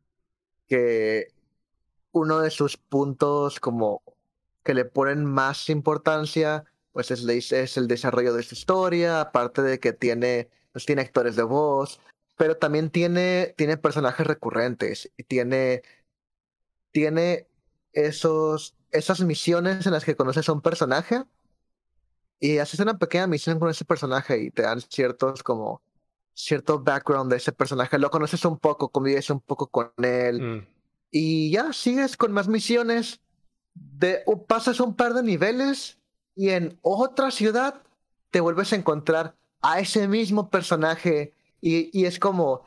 que uno de sus puntos como que le ponen más importancia, pues es, la- es el desarrollo de su historia, aparte de que tiene, pues tiene actores de voz, pero también tiene, tiene personajes recurrentes y tiene, tiene esos, esas misiones en las que conoces a un personaje y haces una pequeña misión con ese personaje y te dan ciertos como cierto background de ese personaje, lo conoces un poco, convives un poco con él mm. y ya sigues con más misiones, de, o pasas un par de niveles y en otra ciudad te vuelves a encontrar a ese mismo personaje y, y es como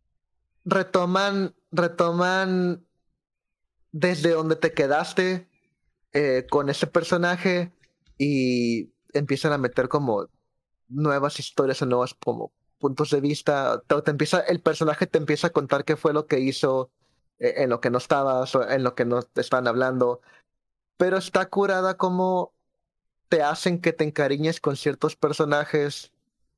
retoman, retoman desde donde te quedaste eh, con ese personaje y empiezan a meter como nuevas historias o nuevos como puntos de vista. Te, te empieza, el personaje te empieza a contar qué fue lo que hizo eh, en lo que no estabas o en lo que no te estaban hablando. Pero está curada como te hacen que te encariñes con ciertos personajes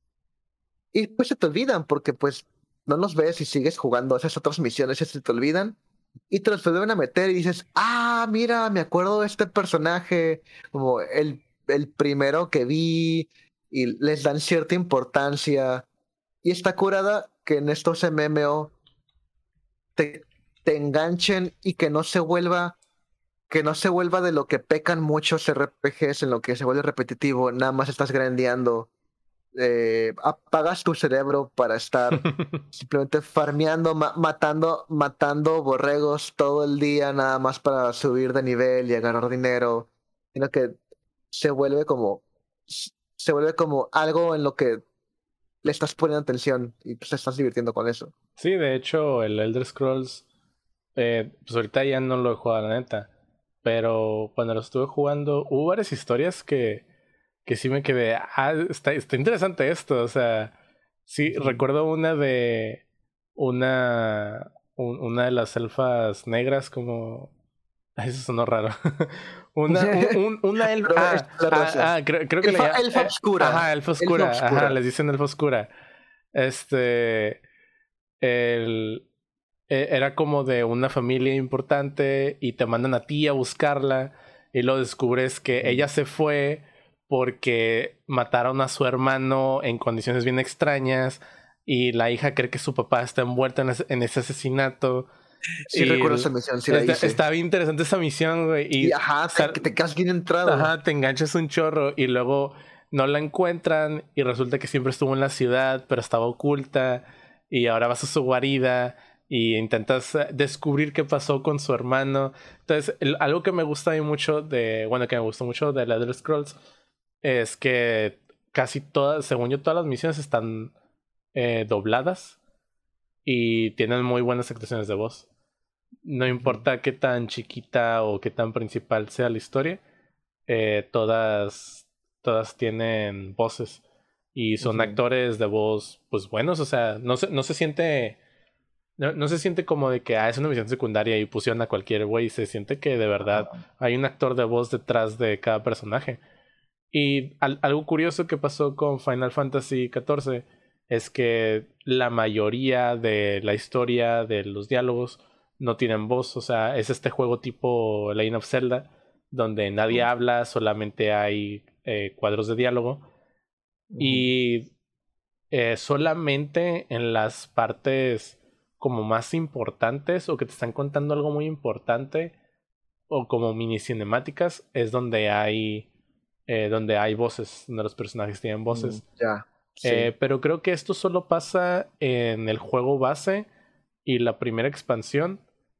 y pues se te olvidan porque pues no los ves y sigues jugando esas otras misiones y se te olvidan y te los vuelven a meter y dices, ah, mira, me acuerdo de este personaje, como el, el primero que vi y les dan cierta importancia y está curada que en estos M M O te, te enganchen y que no se vuelva que no se vuelva de lo que pecan muchos R P Gs en lo que se vuelve repetitivo, nada más estás grandeando, eh, apagas tu cerebro para estar simplemente farmeando, ma- matando, matando borregos todo el día, nada más para subir de nivel y agarrar dinero, sino que se vuelve como, se vuelve como algo en lo que le estás poniendo atención y pues te estás divirtiendo con eso. Sí, de hecho, el Elder Scrolls, eh, pues ahorita ya no lo he jugado, la neta. Pero cuando lo estuve jugando, hubo varias historias que, que sí me quedé, ah, está, está interesante esto. O sea, sí, Ujú. recuerdo una de una, un- una de las elfas negras como... Ay, eso sonó raro. Una, un, un- una elfa... Pero es Ah, la raza. ah, ah, creo, creo que le Elfa, llaman... elfa obscura. ajá, elfa Elfa oscura. Ajá, obscura. les dicen elfa oscura. Este... El, e- era como de una familia importante y te mandan a ti a buscarla y lo descubres que Ujú. ella se fue porque mataron a su hermano en condiciones bien extrañas y la hija cree que su papá está envuelto en ese, en ese asesinato Sí y recuerdo esa el- misión, sí la está, hice. está bien interesante esa misión, güey, Y y ajá, te, sal- te quedas bien entrado. ajá, te enganchas un chorro y luego no la encuentran y resulta que siempre estuvo en la ciudad pero estaba oculta y ahora vas a su guarida y intentas eh, descubrir qué pasó con su hermano. Entonces, el- algo que me gusta a mí mucho de, bueno, que me gustó mucho de The Elder Scrolls es que casi todas, según yo, todas las misiones están eh, dobladas y tienen muy buenas actuaciones de voz. No Ujú, importa qué tan chiquita o qué tan principal sea la historia, eh, todas, todas tienen voces y son ujú. actores de voz, pues buenos, o sea, no se, no se siente, no, no se siente como de que ah, es una misión secundaria y pusieron a cualquier güey, se siente que de verdad Ajá. hay un actor de voz detrás de cada personaje. Y al- algo curioso que pasó con Final Fantasy catorce es que la mayoría de la historia de los diálogos no tienen voz. O sea, es este juego tipo Legend of Zelda, donde nadie Oh, habla, solamente hay eh, cuadros de diálogo. ujú, Y eh, solamente en las partes como más importantes o que te están contando algo muy importante o como mini cinemáticas es donde hay eh, donde hay voces, donde los personajes tienen mm, voces. ya, sí. Eh, pero creo que esto solo pasa en el juego base y la primera expansión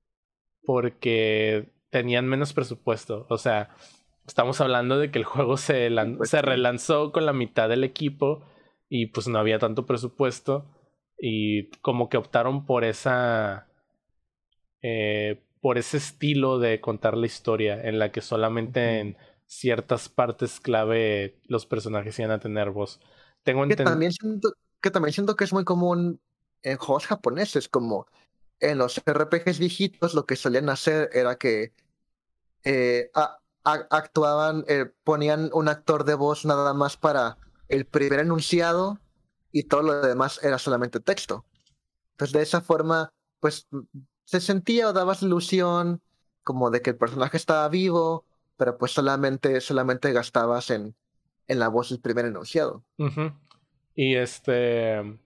porque tenían menos presupuesto. O sea, estamos hablando de que el juego se, Sí, lan- pues se sí. relanzó con la mitad del equipo y pues no había tanto presupuesto y como que optaron por esa eh, por ese estilo de contar la historia en la que solamente Ujú. en ciertas partes clave los personajes iban a tener voz. Tengo Que entendido... también siento, que también siento que es muy común en juegos japoneses, como en los R P Gs viejitos, lo que solían hacer era que eh, a- a- actuaban, eh, ponían un actor de voz nada más para el primer enunciado y todo lo demás era solamente texto. Entonces, de esa forma, pues m- se sentía o dabas la ilusión como de que el personaje estaba vivo, pero pues solamente, solamente gastabas en, en la voz del primer enunciado. Y este...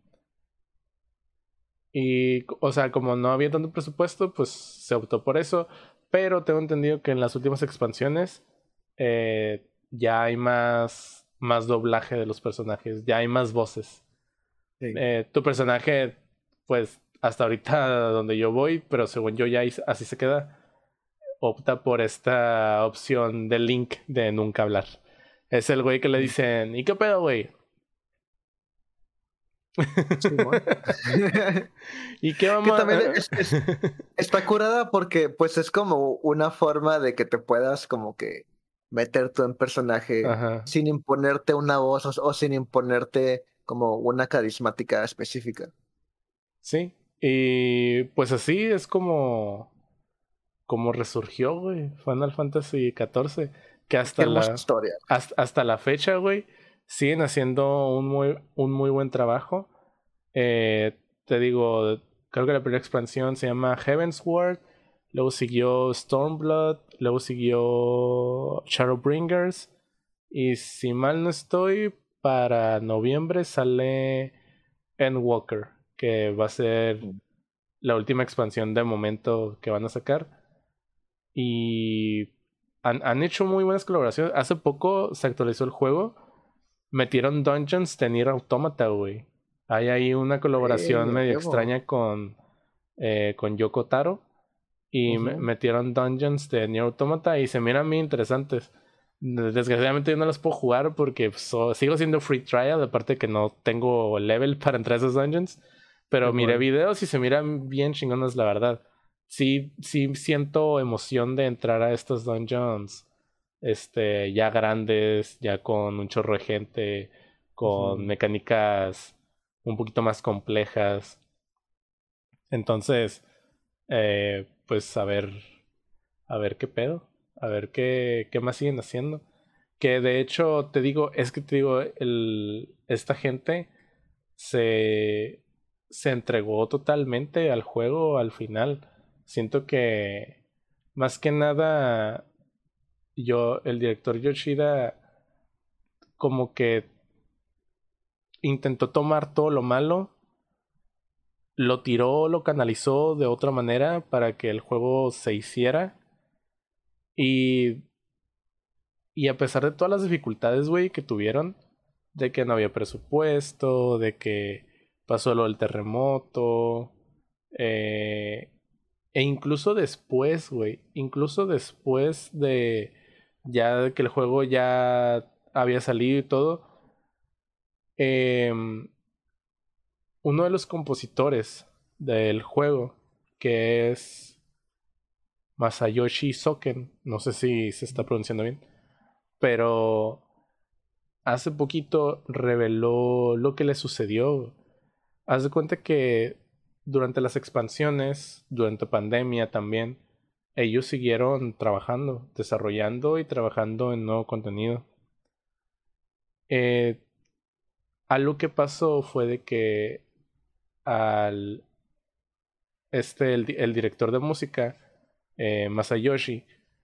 Y, o sea, como no había tanto presupuesto, pues se optó por eso. Pero tengo entendido que en las últimas expansiones eh, ya hay más, más doblaje de los personajes, ya hay más voces. Sí. Eh, tu personaje, pues hasta ahorita donde yo voy, pero según yo ya is- así se queda, opta por esta opción de Link de nunca hablar. Es el güey que le Mm, dicen, ¿y qué pedo, güey? Simón. ¿Y qué Que vamos también a...? es, es- está curada porque pues es como una forma de que te puedas como que meter tú en personaje Ajá. sin imponerte una voz o, o sin imponerte como una carismática específica. Sí. Y pues así es como, como resurgió, güey, Final Fantasy catorce. Que Qué hasta hermosa la, historia. hasta, hasta la fecha, güey, siguen haciendo un muy, un muy buen trabajo. Eh, te digo, creo que la primera expansión se llama Heavensward. Luego siguió Stormblood. Luego siguió Shadowbringers. Y si mal no estoy, para noviembre sale Endwalker, que va a ser Mm. la última expansión de momento que van a sacar. Y han, han hecho muy buenas colaboraciones. Hace poco se actualizó el juego. Metieron Dungeons de Nier Automata, güey. Hay ahí una colaboración Eh, a medio huevo. extraña con, eh, con Yoko Taro. Y me- Ujú. metieron Dungeons de Nier Automata y se miran muy interesantes. Desgraciadamente yo no las puedo jugar porque pues, so- sigo siendo free trial, aparte que no tengo level para entrar a esos dungeons. Pero miré Simón. videos y se miran bien chingonas, la verdad. Sí, sí siento emoción de entrar a estos dungeons este, ya grandes, ya con un chorro de gente, con Ujú. mecánicas un poquito más complejas. Entonces, eh, pues a ver, a ver qué pedo, a ver qué, qué más siguen haciendo. Que de hecho, te digo, es que te digo, el, esta gente se, se entregó totalmente al juego al final. Siento que más que nada, yo, el director Yoshida, como que intentó tomar todo lo malo, lo tiró, lo canalizó de otra manera para que el juego se hiciera. Y Y a pesar de todas las dificultades, güey, que tuvieron, de que no había presupuesto, de que pasó lo del terremoto, eh, e incluso después, güey, incluso después de ya que el juego ya había salido y todo, em, uno de los compositores del juego, que es Masayoshi Soken, no sé si se está pronunciando bien, pero hace poquito reveló lo que le sucedió. Haz de cuenta que durante las expansiones, durante pandemia también, ellos siguieron trabajando, desarrollando y trabajando en nuevo contenido. Eh, algo que pasó fue de que al este el, el director de música, eh, Masayoshi,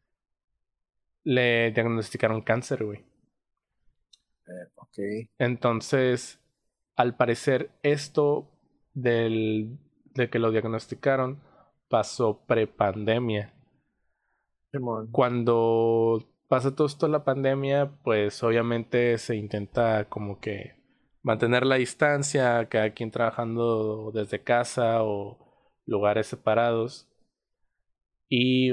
le diagnosticaron cáncer, güey. Eh, ok. Entonces, al parecer, esto del, de que lo diagnosticaron pasó prepandemia. Simón. Cuando pasa todo esto la pandemia, pues obviamente se intenta como que mantener la distancia, cada quien trabajando desde casa o lugares separados. Y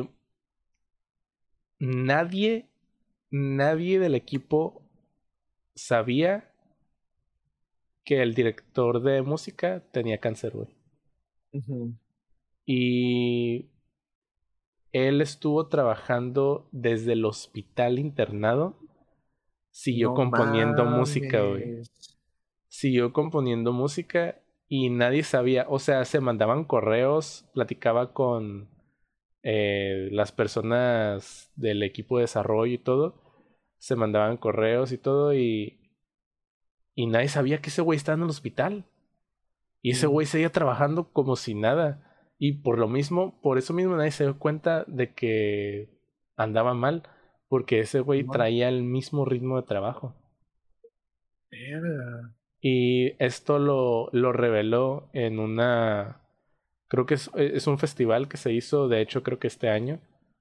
nadie, nadie del equipo sabía que el director de música tenía cáncer, güey. Ujú. Y él estuvo trabajando desde el hospital internado, siguió No componiendo música, güey. mames. Siguió componiendo música y nadie sabía, o sea, se mandaban correos, platicaba con eh, las personas del equipo de desarrollo y todo, se mandaban correos y todo y, y nadie sabía que ese güey estaba en el hospital. Y ese Mm, güey seguía trabajando como si nada. Y por lo mismo, por eso mismo nadie se dio cuenta de que andaba mal. Porque ese güey Simón. traía el mismo ritmo de trabajo. Verga. Y esto lo, lo reveló en una... Creo que es, es un festival que se hizo, de hecho creo que este año.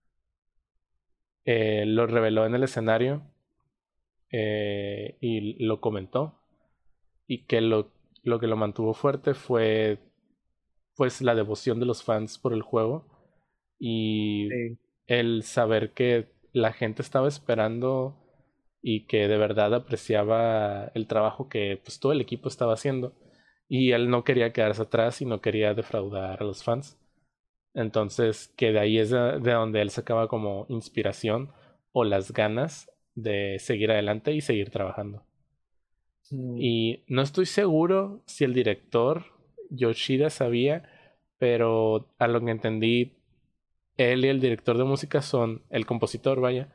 Eh, lo reveló en el escenario eh, y lo comentó. Y que lo, lo que lo mantuvo fuerte fue pues la devoción de los fans por el juego y Sí. el saber que la gente estaba esperando y que de verdad apreciaba el trabajo que pues todo el equipo estaba haciendo y él no quería quedarse atrás y no quería defraudar a los fans. Entonces, que de ahí es de, de donde él sacaba como inspiración o las ganas de seguir adelante y seguir trabajando. Mm, Y no estoy seguro si el director Yoshida sabía, pero a lo que entendí, él y el director de música son, el compositor, vaya,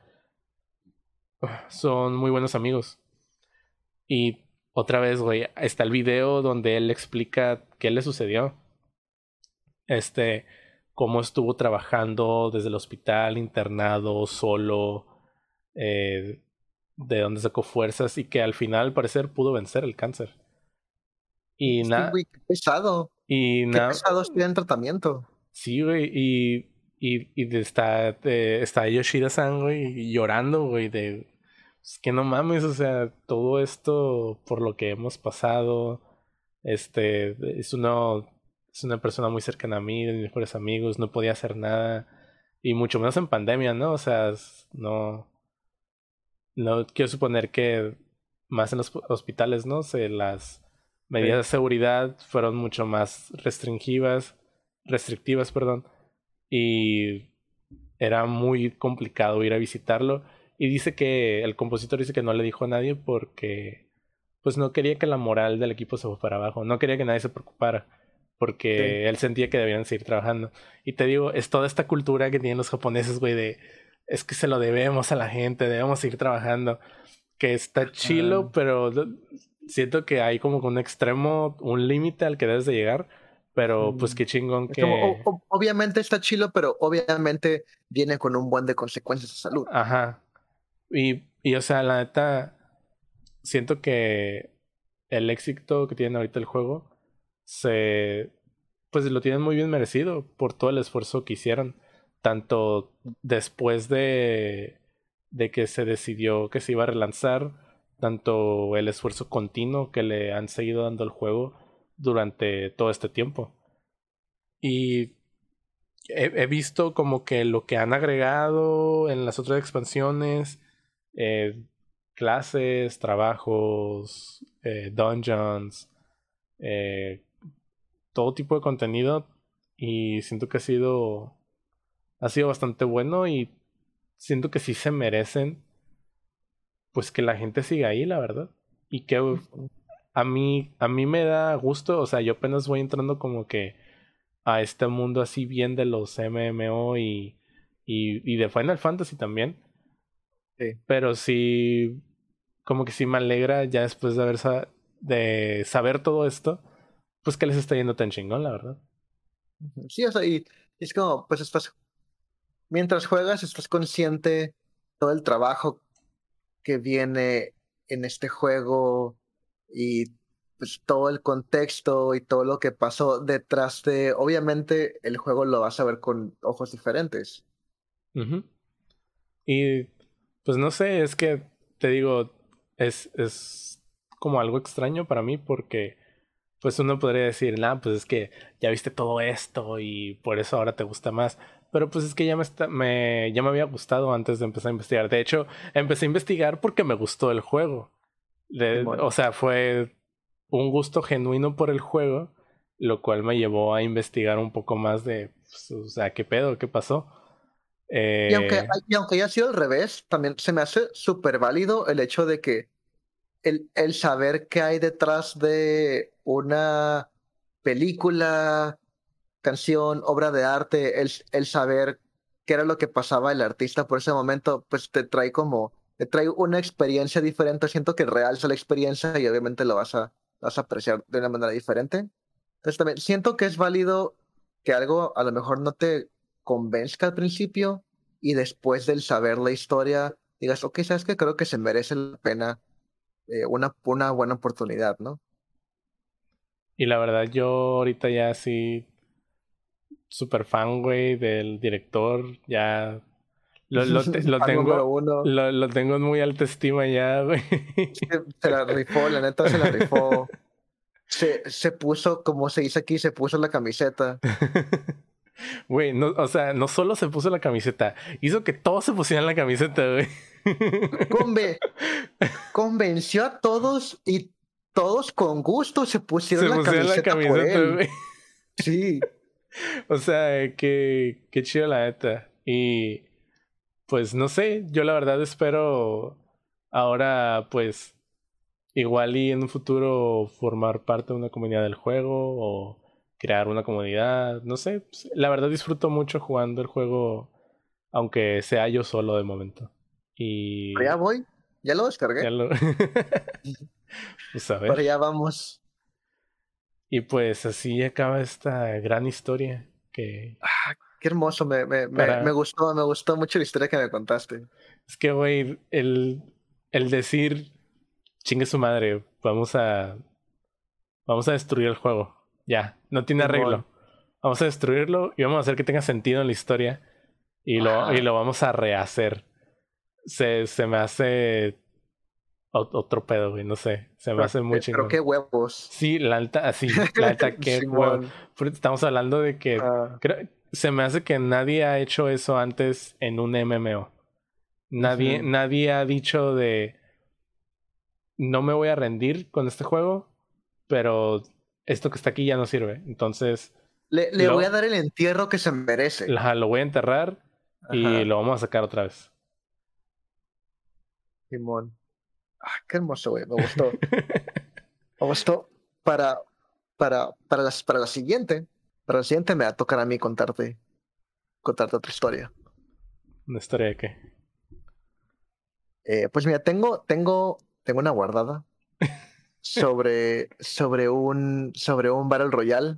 son muy buenos amigos. Y otra vez, güey, está el video donde él explica qué le sucedió. Este, cómo estuvo trabajando desde el hospital, internado, solo, eh, de dónde sacó fuerzas y que al final, al parecer, pudo vencer el cáncer. Y es que, nada, güey, qué pesado. y Qué nada, pesado estoy en tratamiento. sí, güey, y, y, y de- está, de- está Yoshida-san, güey, llorando, güey, de, es que no mames, o sea, todo esto por lo que hemos pasado, este, es uno, es una persona muy cercana a mí, de mis mejores amigos, no podía hacer nada, y mucho menos en pandemia, ¿no? O sea, es- no, no quiero suponer que más en los hospitales, ¿no? Se, las medidas Sí. de seguridad fueron mucho más restringivas, restrictivas, perdón, y era muy complicado ir a visitarlo. Y dice que el compositor dice que no le dijo a nadie porque pues no quería que la moral del equipo se fuera abajo, no quería que nadie se preocupara, Sí. porque él sentía que debían seguir trabajando. Y te digo, es toda esta cultura que tienen los japoneses, güey, de es que se lo debemos a la gente, debemos seguir trabajando, que está Ah, chilo, pero siento que hay como un extremo, un límite al que debes de llegar, pero pues mm. qué chingón Es como, o- que... o- obviamente está chilo, pero obviamente viene con un buen de consecuencias de salud. Ajá. Y, y o sea, la neta, siento que el éxito que tiene ahorita el juego se pues lo tienen muy bien merecido por todo el esfuerzo que hicieron, tanto después de de que se decidió que se iba a relanzar, tanto el esfuerzo continuo que le han seguido dando al juego durante todo este tiempo. Y he, he visto como que lo que han agregado en las otras expansiones, eh, clases, trabajos, eh, dungeons, eh, todo tipo de contenido, y siento que ha sido ha sido bastante bueno, y siento que sí se merecen pues que la gente siga ahí, la verdad. Y que a mí a mí me da gusto, o sea, yo apenas voy entrando como que a este mundo así bien de los M M O y y, y de Final Fantasy también, Sí. pero sí como que sí me alegra ya después de haber sa de saber todo esto, pues que les está yendo tan chingón, la verdad. Sí, o sea, y es como, pues estás, mientras juegas, estás consciente todo el trabajo que viene en este juego y pues todo el contexto y todo lo que pasó detrás de, obviamente el juego lo vas a ver con ojos diferentes. Ujú. Y pues no sé, es que te digo, es, es como algo extraño para mí porque pues uno podría decir, nah, pues es que ya viste todo esto y por eso ahora te gusta más. Pero pues es que ya me, está, me, ya me había gustado antes de empezar a investigar. De hecho, empecé a investigar porque me gustó el juego. De, Simón. o sea, fue un gusto genuino por el juego, lo cual me llevó a investigar un poco más de, pues, o sea, qué pedo, qué pasó. Y aunque, Eh, y aunque haya sido al revés, también se me hace súper válido el hecho de que el, el saber qué hay detrás de una película, canción, obra de arte, el, el saber qué era lo que pasaba el artista por ese momento, pues te trae como, te trae una experiencia diferente. Siento que realza la experiencia y obviamente lo vas a, vas a apreciar de una manera diferente. Entonces también siento que es válido que algo a lo mejor no te convenzca al principio y después del saber la historia digas, ok, sabes que creo que se merece la pena eh, una, una buena oportunidad, ¿no? y la verdad, yo ahorita ya sí, super fan, güey, del director, ya lo, lo, te- lo Fan número tengo, uno. lo, lo tengo en muy alta estima ya, güey. Se, se la rifó, la neta se la rifó. Se, se puso, como se dice aquí, se puso la camiseta. Güey, no, o sea, no solo se puso la camiseta, hizo que todos se pusieran la camiseta, güey. Conve, convenció a todos y todos con gusto se pusieron Se la pusieron la camiseta por camiseta, él. güey. Sí, O sea, qué, qué chido la neta. Y pues no sé, yo la verdad espero ahora, pues, igual y en un futuro formar parte de una comunidad del juego o crear una comunidad, no sé, pues, la verdad disfruto mucho jugando el juego, aunque sea yo solo de momento. pero ya Y voy, ya lo ya descargué. lo... pues a ver. Pero ya vamos. Y pues así acaba esta gran historia que Ah, qué hermoso, me, me, me, me para... gustó, me gustó mucho la historia que me contaste. Es que, güey, el, el decir, chingue su madre, vamos a vamos a destruir el juego. Ya, no tiene arreglo. Simón, Vamos a destruirlo y vamos a hacer que tenga sentido en la historia. Y lo, y ajá. lo vamos a rehacer. Se, se me hace otro pedo, güey. No sé. Se me Pero, hace muy qué- pero chingón. qué huevos. Sí, la alta, así. La alta, qué huevo. Simón. Pero estamos hablando de que. Ah, Creo, se me hace que nadie ha hecho eso antes en un M M O. Nadie, ujú. nadie ha dicho de. No me voy a rendir con este juego. Pero esto que está aquí ya no sirve. Entonces. Le, le voy a Lo, dar el entierro que se merece. Ajá, lo voy a enterrar y Ajá, lo vamos a sacar otra vez. Simón. Ah, qué hermoso, güey. Me gustó. Me gustó. Para, para, para, las, para la siguiente. Para la siguiente me va a tocar a mí contarte, contarte otra historia. ¿Una historia de qué? Eh, pues mira, tengo, tengo, tengo una guardada sobre, sobre un, sobre un Battle Royale.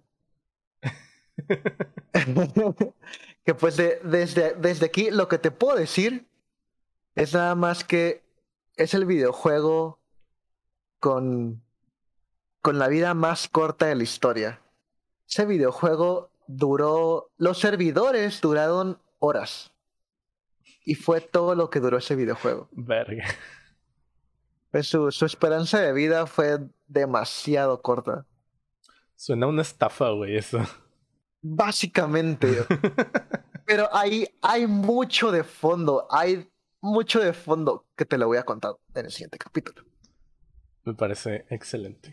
Que pues de- desde, desde aquí lo que te puedo decir es nada más que es el videojuego con, con la vida más corta de la historia. Ese videojuego duró, los servidores duraron horas y fue todo lo que duró ese videojuego. Verga. Pues su, su esperanza de vida fue demasiado corta. Suena a una estafa, güey, eso. Básicamente. Pero ahí hay mucho de fondo. Hay mucho de fondo que te lo voy a contar en el siguiente capítulo. Me parece excelente.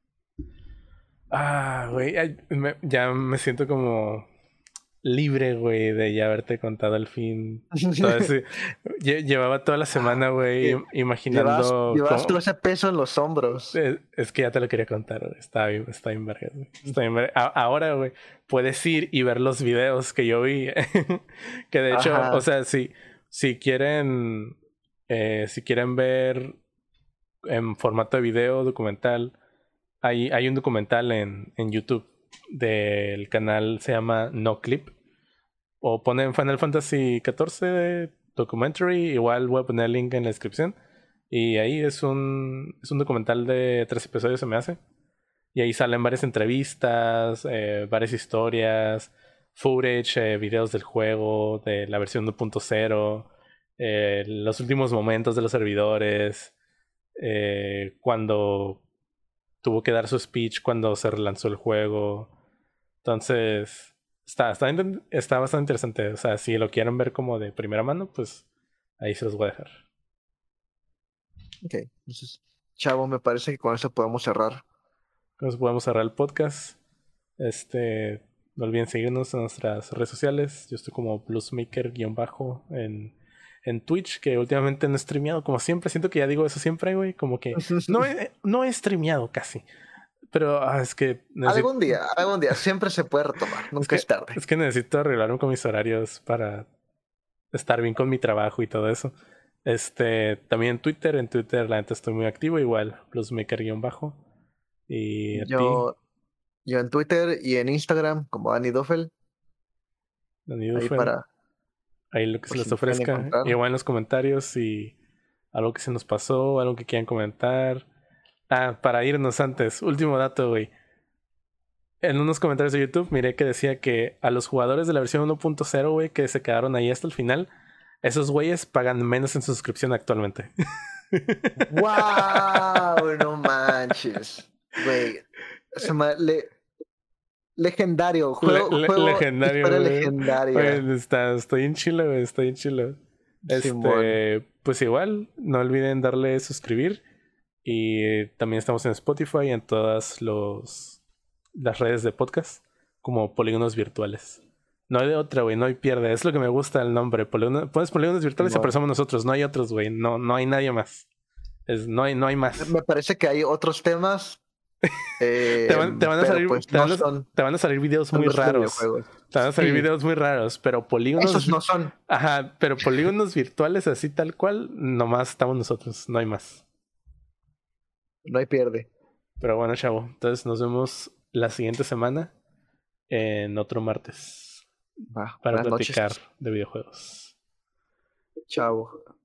Ah, güey, ay, me- ya me siento como libre, güey, de ya haberte contado al fin todo ese... Lle- Llevaba toda la semana, güey, Que im- llevas, imaginando llevas todo cómo... ese peso en los hombros. Eh, Es que ya te lo quería contar, güey. Está bien, está bien verga, güey. Está bien verga. A- Ahora, güey, puedes ir y ver los videos que yo vi. Que de hecho, o Ajá. sea, si, si quieren, eh, si quieren ver en formato de video documental, hay, hay un documental en, en YouTube del canal, se llama No Clip. O ponen Final Fantasy catorce Documentary, igual voy a poner el link en la descripción. Y ahí es un, es un documental de tres episodios, se me hace. Y ahí salen varias entrevistas, eh, varias historias, footage, eh, videos del juego, de la versión uno punto cero, eh, los últimos momentos de los servidores, eh, cuando tuvo que dar su speech cuando se relanzó el juego. Entonces, está, está, inten- está bastante interesante. O sea, si lo quieren ver como de primera mano, pues ahí se los voy a dejar. Ok. Entonces, chavo, me parece que con eso podemos cerrar. Entonces podemos cerrar el podcast. Este, no olviden seguirnos en nuestras redes sociales. Yo estoy como bluesmaker-bajo en, en Twitch, que últimamente no he streameado. Como siempre, siento que ya digo eso siempre, güey. Como que no he, no he streameado casi. Pero ah, es que necesito, Algún día, algún día, siempre se puede retomar, es nunca es que, tarde. es que necesito arreglarme con mis horarios para estar bien con mi trabajo y todo eso. Este, también en Twitter, en Twitter la neta estoy muy activo, igual, bluesmaker-bajo. Y a ti, Yo, yo en Twitter y en Instagram, como Danny Duffel, Dani ahí Dufen, para, ahí lo que se por si les me quieren ofrezca. encontrar. Igual en los comentarios si algo que se nos pasó, algo que quieran comentar. Ah, para irnos antes, último dato, güey. En unos comentarios de YouTube miré que decía que a los jugadores de la versión uno punto cero, güey, que se quedaron ahí hasta el final, esos güeyes pagan menos en su suscripción actualmente. ¡Wow! No manches. Güey. Se me- le- legendario. Le- Juego, le- juego, legendario, historia güey. legendaria. Oye, está, estoy en chilo, güey, estoy en chilo. Simón. Este, pues igual, no olviden darle suscribir. Y también estamos en Spotify y en todas los, las redes de podcast, como Polígonos Virtuales. No hay de otra, güey, no hay pierde. Es lo que me gusta el nombre. Polígono, pones Polígonos Virtuales y Simón. aparecemos nosotros. No hay otros, güey. No, no hay nadie más. Es, no, hay, no hay más. Me parece que hay otros temas, Te eh, van, te van a pero salir, pues te no van a, son, te van a salir videos son muy los de raros. videojuegos. Te van a salir Sí, videos muy raros, pero polígonos, esos no son. ajá, pero polígonos virtuales así tal cual, nomás estamos nosotros, no hay más. No hay pierde. Pero bueno, chavo, entonces nos vemos la siguiente semana en otro martes Va, para buenas noches. platicar de videojuegos. Chao.